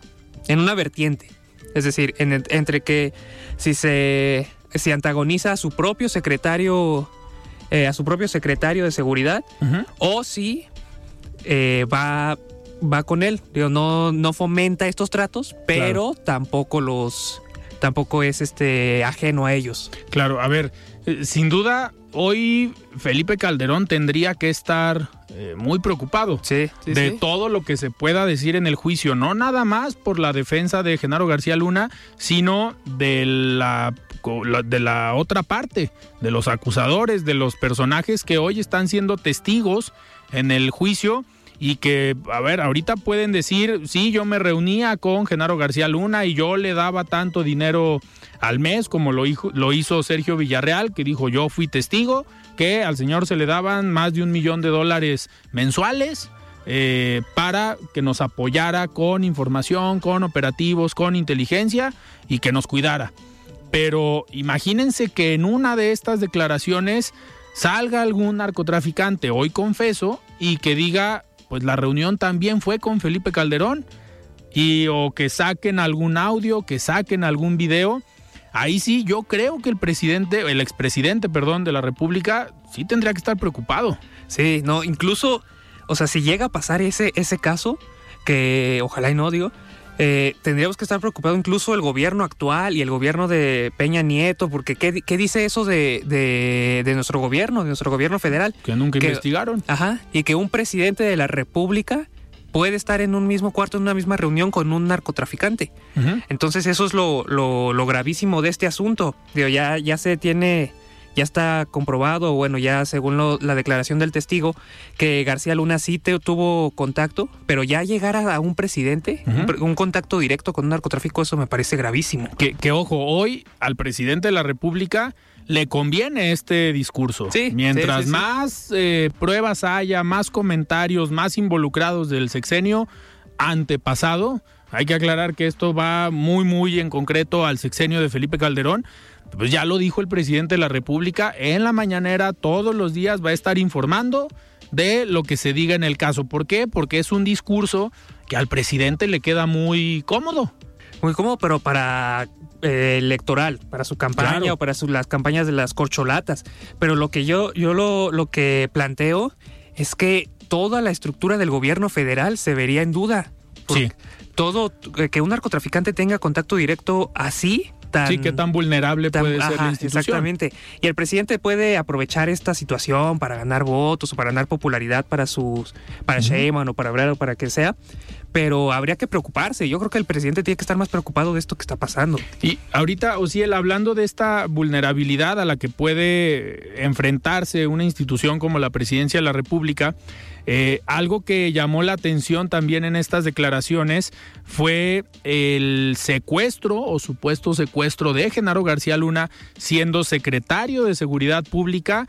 en una vertiente. Es decir, en, entre que si se si antagoniza a su propio secretario, eh, a su propio secretario de seguridad, uh-huh. o si eh, va, va con él. Digo, no, no fomenta estos tratos, pero claro. tampoco los tampoco es este ajeno a ellos. Claro, a ver, eh, sin duda, hoy Felipe Calderón tendría que estar eh, muy preocupado sí, sí, de sí. todo lo que se pueda decir en el juicio, no nada más por la defensa de Genaro García Luna, sino de la, de la otra parte, de los acusadores, de los personajes que hoy están siendo testigos en el juicio y que, a ver, ahorita pueden decir, sí, yo me reunía con Genaro García Luna y yo le daba tanto dinero al mes como lo hizo, lo hizo Sergio Villarreal, que dijo, yo fui testigo, que al señor se le daban más de un millón de dólares mensuales eh, para que nos apoyara con información, con operativos, con inteligencia y que nos cuidara. Pero imagínense que en una de estas declaraciones salga algún narcotraficante, hoy confeso, y que diga, pues la reunión también fue con Felipe Calderón, y o que saquen algún audio, que saquen algún video. Ahí sí, yo creo que el presidente, el expresidente, perdón, de la República, sí tendría que estar preocupado. Sí, no, incluso, o sea, si llega a pasar ese, ese caso, que ojalá y no, digo, eh, tendríamos que estar preocupados incluso el gobierno actual y el gobierno de Peña Nieto, porque ¿qué, qué dice eso de, de, de nuestro gobierno, de nuestro gobierno federal? Que nunca que, investigaron. Ajá, y que un presidente de la República puede estar en un mismo cuarto, en una misma reunión con un narcotraficante. Uh-huh. Entonces eso es lo, lo, lo gravísimo de este asunto. Digo, ya, ya se tiene, ya está comprobado, bueno, ya según lo, la declaración del testigo, que García Luna sí te, tuvo contacto, pero ya llegar a, a un presidente, uh-huh. un, un contacto directo con un narcotráfico, eso me parece gravísimo. Que, que ojo, hoy al presidente de la República le conviene este discurso. Sí, Mientras sí, sí, más sí. Eh, pruebas haya, más comentarios, más involucrados del sexenio antepasado, hay que aclarar que esto va muy, muy en concreto al sexenio de Felipe Calderón. Pues ya lo dijo el presidente de la República, en la mañanera todos los días va a estar informando de lo que se diga en el caso. ¿Por qué? Porque es un discurso que al presidente le queda muy cómodo. Muy cómodo, pero para eh, electoral, para su campaña claro. o para su, las campañas de las corcholatas. Pero lo que yo, yo lo, lo que planteo es que toda la estructura del gobierno federal se vería en duda. Sí. Todo, que un narcotraficante tenga contacto directo así. Tan, sí, qué tan vulnerable tan, puede ser ajá, la institución. Exactamente. Y el presidente puede aprovechar esta situación para ganar votos o para ganar popularidad para sus, para uh-huh. Sheinbaum o para Obrador o para quien sea, pero habría que preocuparse. Yo creo que el presidente tiene que estar más preocupado de esto que está pasando. Y ahorita, Osiel, hablando de esta vulnerabilidad a la que puede enfrentarse una institución como la Presidencia de la República, Eh, algo que llamó la atención también en estas declaraciones fue el secuestro o supuesto secuestro de Genaro García Luna siendo secretario de Seguridad Pública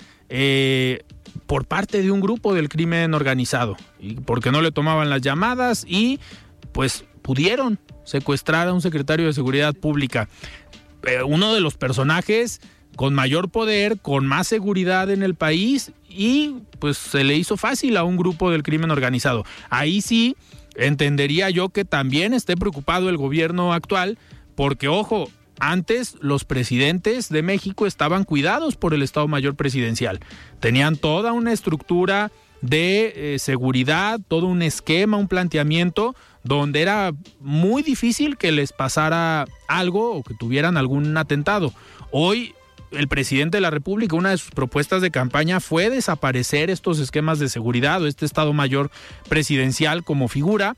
eh, por parte de un grupo del crimen organizado, y porque no le tomaban las llamadas y pues pudieron secuestrar a un secretario de Seguridad Pública. Eh, uno de los personajes con mayor poder, con más seguridad en el país, y pues se le hizo fácil a un grupo del crimen organizado. Ahí sí entendería yo que también esté preocupado el gobierno actual, porque ojo, antes los presidentes de México estaban cuidados por el Estado Mayor Presidencial. Tenían toda una estructura de eh, seguridad, todo un esquema, un planteamiento donde era muy difícil que les pasara algo o que tuvieran algún atentado. Hoy el presidente de la República, una de sus propuestas de campaña fue desaparecer estos esquemas de seguridad o este Estado Mayor Presidencial como figura,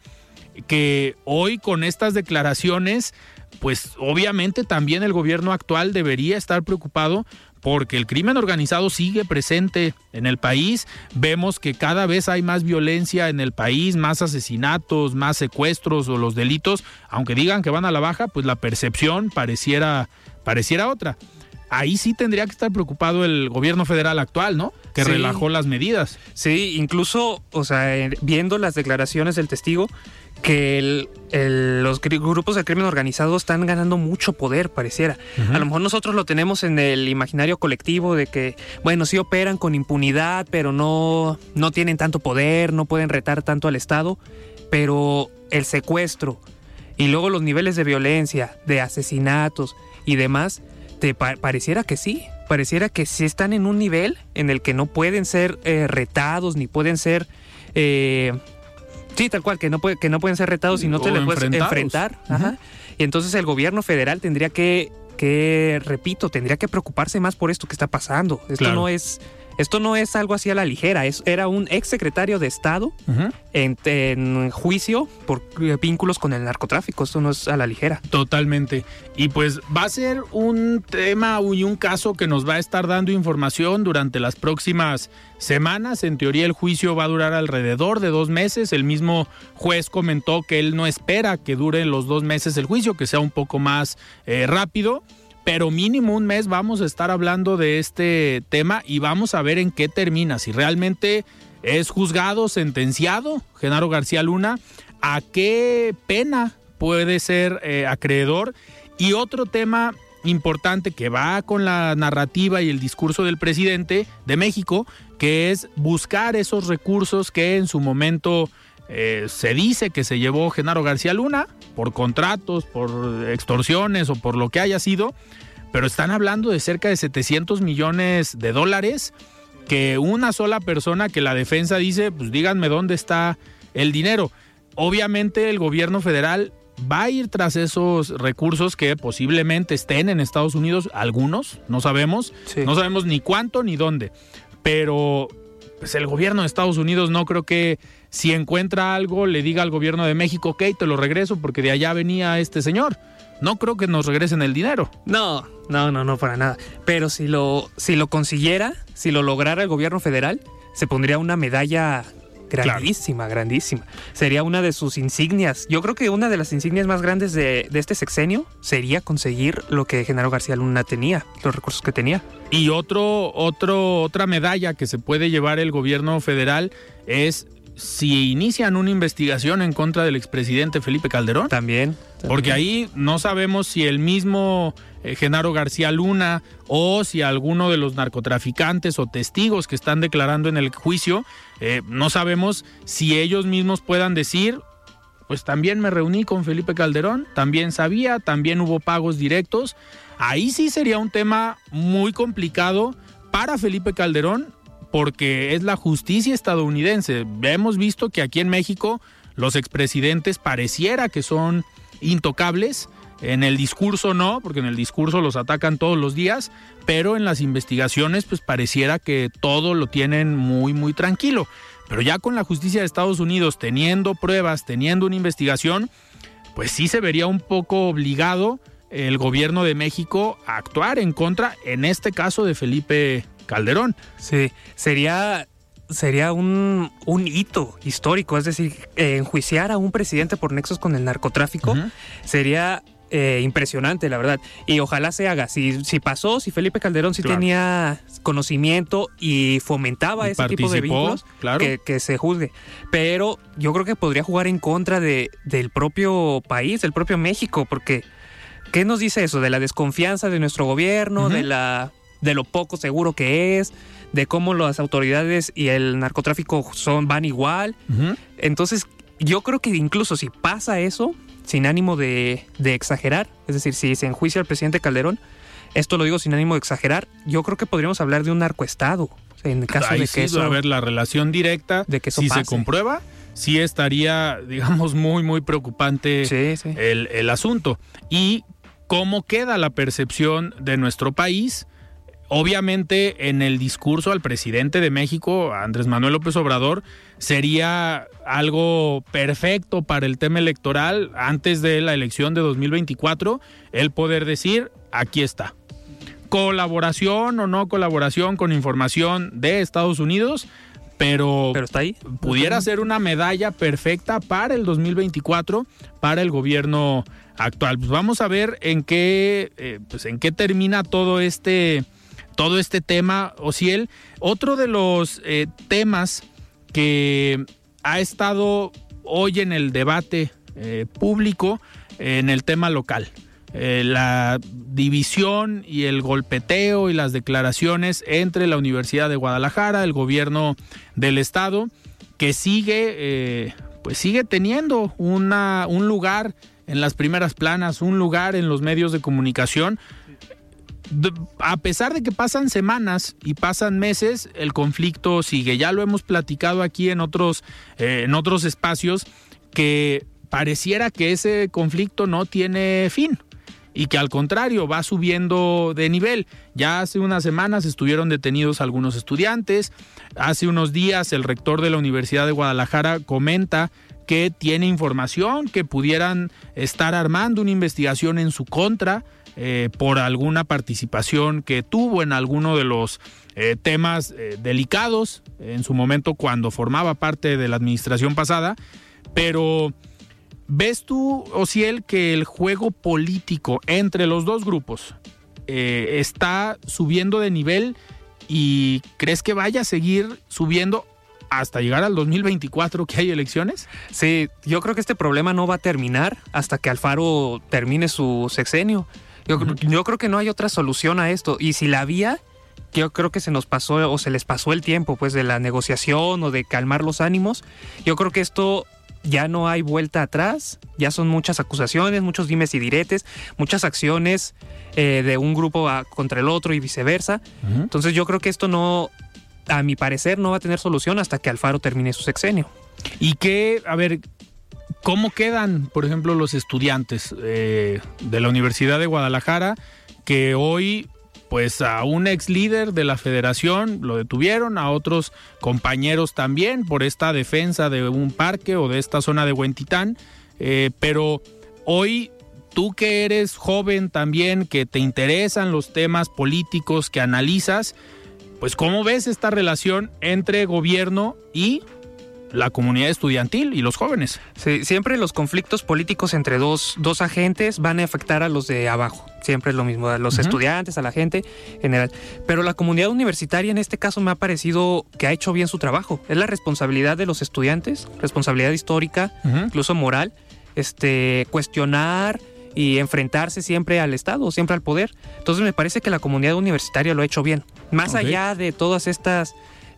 que hoy con estas declaraciones, pues obviamente también el gobierno actual debería estar preocupado porque el crimen organizado sigue presente en el país. Vemos que cada vez hay más violencia en el país, más asesinatos, más secuestros o los delitos, aunque digan que van a la baja, pues la percepción pareciera, pareciera otra. Ahí sí tendría que estar preocupado el gobierno federal actual, ¿no? Que sí. relajó las medidas. Sí, incluso, o sea, viendo las declaraciones del testigo, que el, el, los grupos de crimen organizado están ganando mucho poder, pareciera. Uh-huh. A lo mejor nosotros lo tenemos en el imaginario colectivo de que, bueno, sí operan con impunidad, pero no, no tienen tanto poder, no pueden retar tanto al Estado. pero el secuestro y luego los niveles de violencia, de asesinatos y demás, te pa- pareciera que sí, pareciera que sí están en un nivel en el que no pueden ser eh, retados, ni pueden ser... Eh, sí, tal cual, que no, puede, que no pueden ser retados y no te le puedes enfrentar. Ajá. Uh-huh. Y entonces el gobierno federal tendría que, que, repito, tendría que preocuparse más por esto que está pasando. Esto claro. no es... Esto no es algo así a la ligera, es, era un exsecretario de Estado uh-huh. en, en juicio por vínculos con el narcotráfico, esto no es a la ligera. Totalmente, y pues va a ser un tema y un caso que nos va a estar dando información durante las próximas semanas. En teoría el juicio va a durar alrededor de dos meses, el mismo juez comentó que él no espera que dure los dos meses el juicio, que sea un poco más eh, rápido. Pero mínimo un mes vamos a estar hablando de este tema y vamos a ver en qué termina. Si realmente es juzgado, sentenciado, Genaro García Luna, a qué pena puede ser eh, acreedor. Y otro tema importante que va con la narrativa y el discurso del presidente de México, que es buscar esos recursos que en su momento eh, se dice que se llevó Genaro García Luna por contratos, por extorsiones o por lo que haya sido, pero están hablando de cerca de setecientos millones de dólares que una sola persona, que la defensa dice, pues díganme dónde está el dinero. Obviamente el gobierno federal va a ir tras esos recursos que posiblemente estén en Estados Unidos, algunos, no sabemos, sí. no sabemos ni cuánto ni dónde, pero pues el gobierno de Estados Unidos no creo que si encuentra algo le diga al gobierno de México, ok, te lo regreso porque de allá venía este señor. No creo que nos regresen el dinero. No, no, no, no, para nada. Pero si lo, si lo consiguiera, si lo lograra el gobierno federal, se pondría una medalla grandísima, claro. grandísima. Sería una de sus insignias. Yo creo que una de las insignias más grandes de, de este sexenio sería conseguir lo que Genaro García Luna tenía, los recursos que tenía. Y otro, otro, otra medalla que se puede llevar el gobierno federal es si inician una investigación en contra del expresidente Felipe Calderón. También. también. Porque ahí no sabemos si el mismo eh, Genaro García Luna o si alguno de los narcotraficantes o testigos que están declarando en el juicio, eh, no sabemos si ellos mismos puedan decir, pues también me reuní con Felipe Calderón, también sabía, también hubo pagos directos. Ahí sí sería un tema muy complicado para Felipe Calderón, porque es la justicia estadounidense. Hemos visto que aquí en México los expresidentes pareciera que son intocables, en el discurso no, porque en el discurso los atacan todos los días, pero en las investigaciones pues pareciera que todo lo tienen muy muy tranquilo. Pero ya con la justicia de Estados Unidos teniendo pruebas, teniendo una investigación, pues sí se vería un poco obligado el gobierno de México a actuar en contra, en este caso, de Felipe Calderón. Sí, sería, sería un, un hito histórico, es decir, eh, enjuiciar a un presidente por nexos con el narcotráfico uh-huh. sería eh, impresionante, la verdad. Y ojalá se haga. Si, si pasó, si Felipe Calderón sí claro. tenía conocimiento y fomentaba y ese tipo de vínculos, claro. que, que se juzgue. Pero yo creo que podría jugar en contra de, del propio país, del propio México, porque ¿qué nos dice eso? De la desconfianza de nuestro gobierno, uh-huh. de la... de lo poco seguro que es, de cómo las autoridades y el narcotráfico son, van igual. Uh-huh. Entonces, yo creo que incluso si pasa eso, sin ánimo de, de exagerar, es decir, si se enjuicia al presidente Calderón, esto lo digo sin ánimo de exagerar, yo creo que podríamos hablar de un narcoestado. O sea, en el caso Ahí de sí, que eso... a ver, la relación directa, de que eso si pase. se comprueba, sí estaría, digamos, muy, muy preocupante sí, sí. El, el asunto. Y cómo queda la percepción de nuestro país. Obviamente en el discurso al presidente de México, Andrés Manuel López Obrador, sería algo perfecto para el tema electoral antes de la elección de dos mil veinticuatro, el poder decir, aquí está. Colaboración o no colaboración con información de Estados Unidos, pero, pero está ahí. Pudiera ser una medalla perfecta para el dos mil veinticuatro, para el gobierno actual. Pues vamos a ver en qué, eh, pues en qué termina todo este... todo este tema, Ociel. Otro de los eh, temas que ha estado hoy en el debate eh, público, eh, en el tema local, eh, la división y el golpeteo y las declaraciones entre la Universidad de Guadalajara, el gobierno del estado, que sigue eh, pues sigue teniendo una, un lugar en las primeras planas, un lugar en los medios de comunicación. De, a pesar de que pasan semanas y pasan meses, el conflicto sigue. Ya lo hemos platicado aquí en otros, eh, en otros espacios, que pareciera que ese conflicto no tiene fin y que al contrario va subiendo de nivel. Ya hace unas semanas estuvieron detenidos algunos estudiantes. Hace unos días el rector de la Universidad de Guadalajara comenta que tiene información que pudieran estar armando una investigación en su contra eh, por alguna participación que tuvo en alguno de los eh, temas eh, delicados en su momento cuando formaba parte de la administración pasada. Pero ¿ves tú, Osiel, que el juego político entre los dos grupos eh, está subiendo de nivel y crees que vaya a seguir subiendo hasta llegar al dos mil veinticuatro, que hay elecciones? Sí, yo creo que este problema no va a terminar hasta que Alfaro termine su sexenio. Yo, uh-huh. yo creo que no hay otra solución a esto. Y si la había, yo creo que se nos pasó o se les pasó el tiempo pues de la negociación o de calmar los ánimos. Yo creo que esto ya no hay vuelta atrás, ya son muchas acusaciones, muchos dimes y diretes, muchas acciones eh, de un grupo a, contra el otro y viceversa. Uh-huh. Entonces yo creo que esto no, a mi parecer, no va a tener solución hasta que Alfaro termine su sexenio. Y que, a ver, ¿cómo quedan, por ejemplo, los estudiantes eh, de la Universidad de Guadalajara que hoy, pues a un ex líder de la federación lo detuvieron, a otros compañeros también por esta defensa de un parque o de esta zona de Huentitán, eh, pero hoy tú que eres joven también, que te interesan los temas políticos, que analizas, pues ¿cómo ves esta relación entre gobierno y la comunidad estudiantil y los jóvenes? Sí, siempre los conflictos políticos entre dos, dos agentes van a afectar a los de abajo. Siempre es lo mismo, a los uh-huh. estudiantes, a la gente en general. Pero la comunidad universitaria en este caso me ha parecido que ha hecho bien su trabajo. Es la responsabilidad de los estudiantes, responsabilidad histórica, uh-huh. incluso moral, este, cuestionar y enfrentarse siempre al Estado, siempre al poder. Entonces me parece que la comunidad universitaria lo ha hecho bien. Más okay. allá de todas estas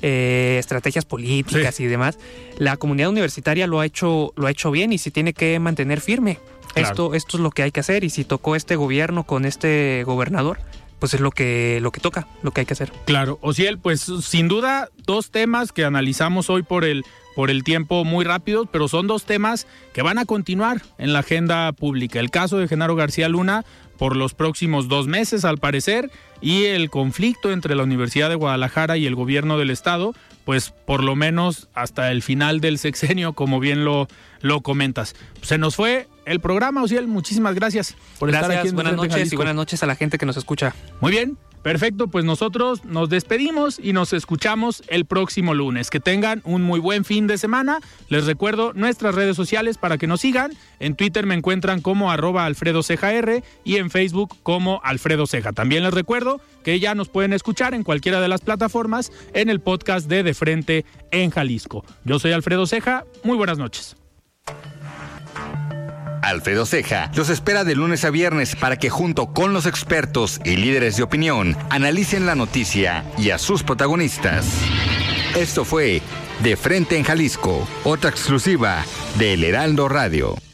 Eh, estrategias políticas sí. y demás, la comunidad universitaria lo ha hecho lo ha hecho bien y se tiene que mantener firme. Claro. Esto esto es lo que hay que hacer, y si tocó este gobierno con este gobernador, pues es lo que lo que toca, lo que hay que hacer. Claro, Osiel, pues sin duda dos temas que analizamos hoy por el por el tiempo muy rápido, pero son dos temas que van a continuar en la agenda pública. El caso de Genaro García Luna por los próximos dos meses, al parecer, y el conflicto entre la Universidad de Guadalajara y el gobierno del estado, pues por lo menos hasta el final del sexenio, como bien lo, lo comentas. Se nos fue el programa, Osiel, muchísimas gracias por gracias, estar aquí en buenas noches Jalisco. Y buenas noches a la gente que nos escucha. Muy bien. Perfecto, pues nosotros nos despedimos y nos escuchamos el próximo lunes. Que tengan un muy buen fin de semana. Les recuerdo nuestras redes sociales para que nos sigan. En Twitter me encuentran como arroba Alfredo Ceja R y en Facebook como Alfredo Ceja. También les recuerdo que ya nos pueden escuchar en cualquiera de las plataformas en el podcast de De Frente en Jalisco. Yo soy Alfredo Ceja, muy buenas noches. Alfredo Ceja los espera de lunes a viernes para que junto con los expertos y líderes de opinión analicen la noticia y a sus protagonistas. Esto fue De Frente en Jalisco, otra exclusiva de El Heraldo Radio.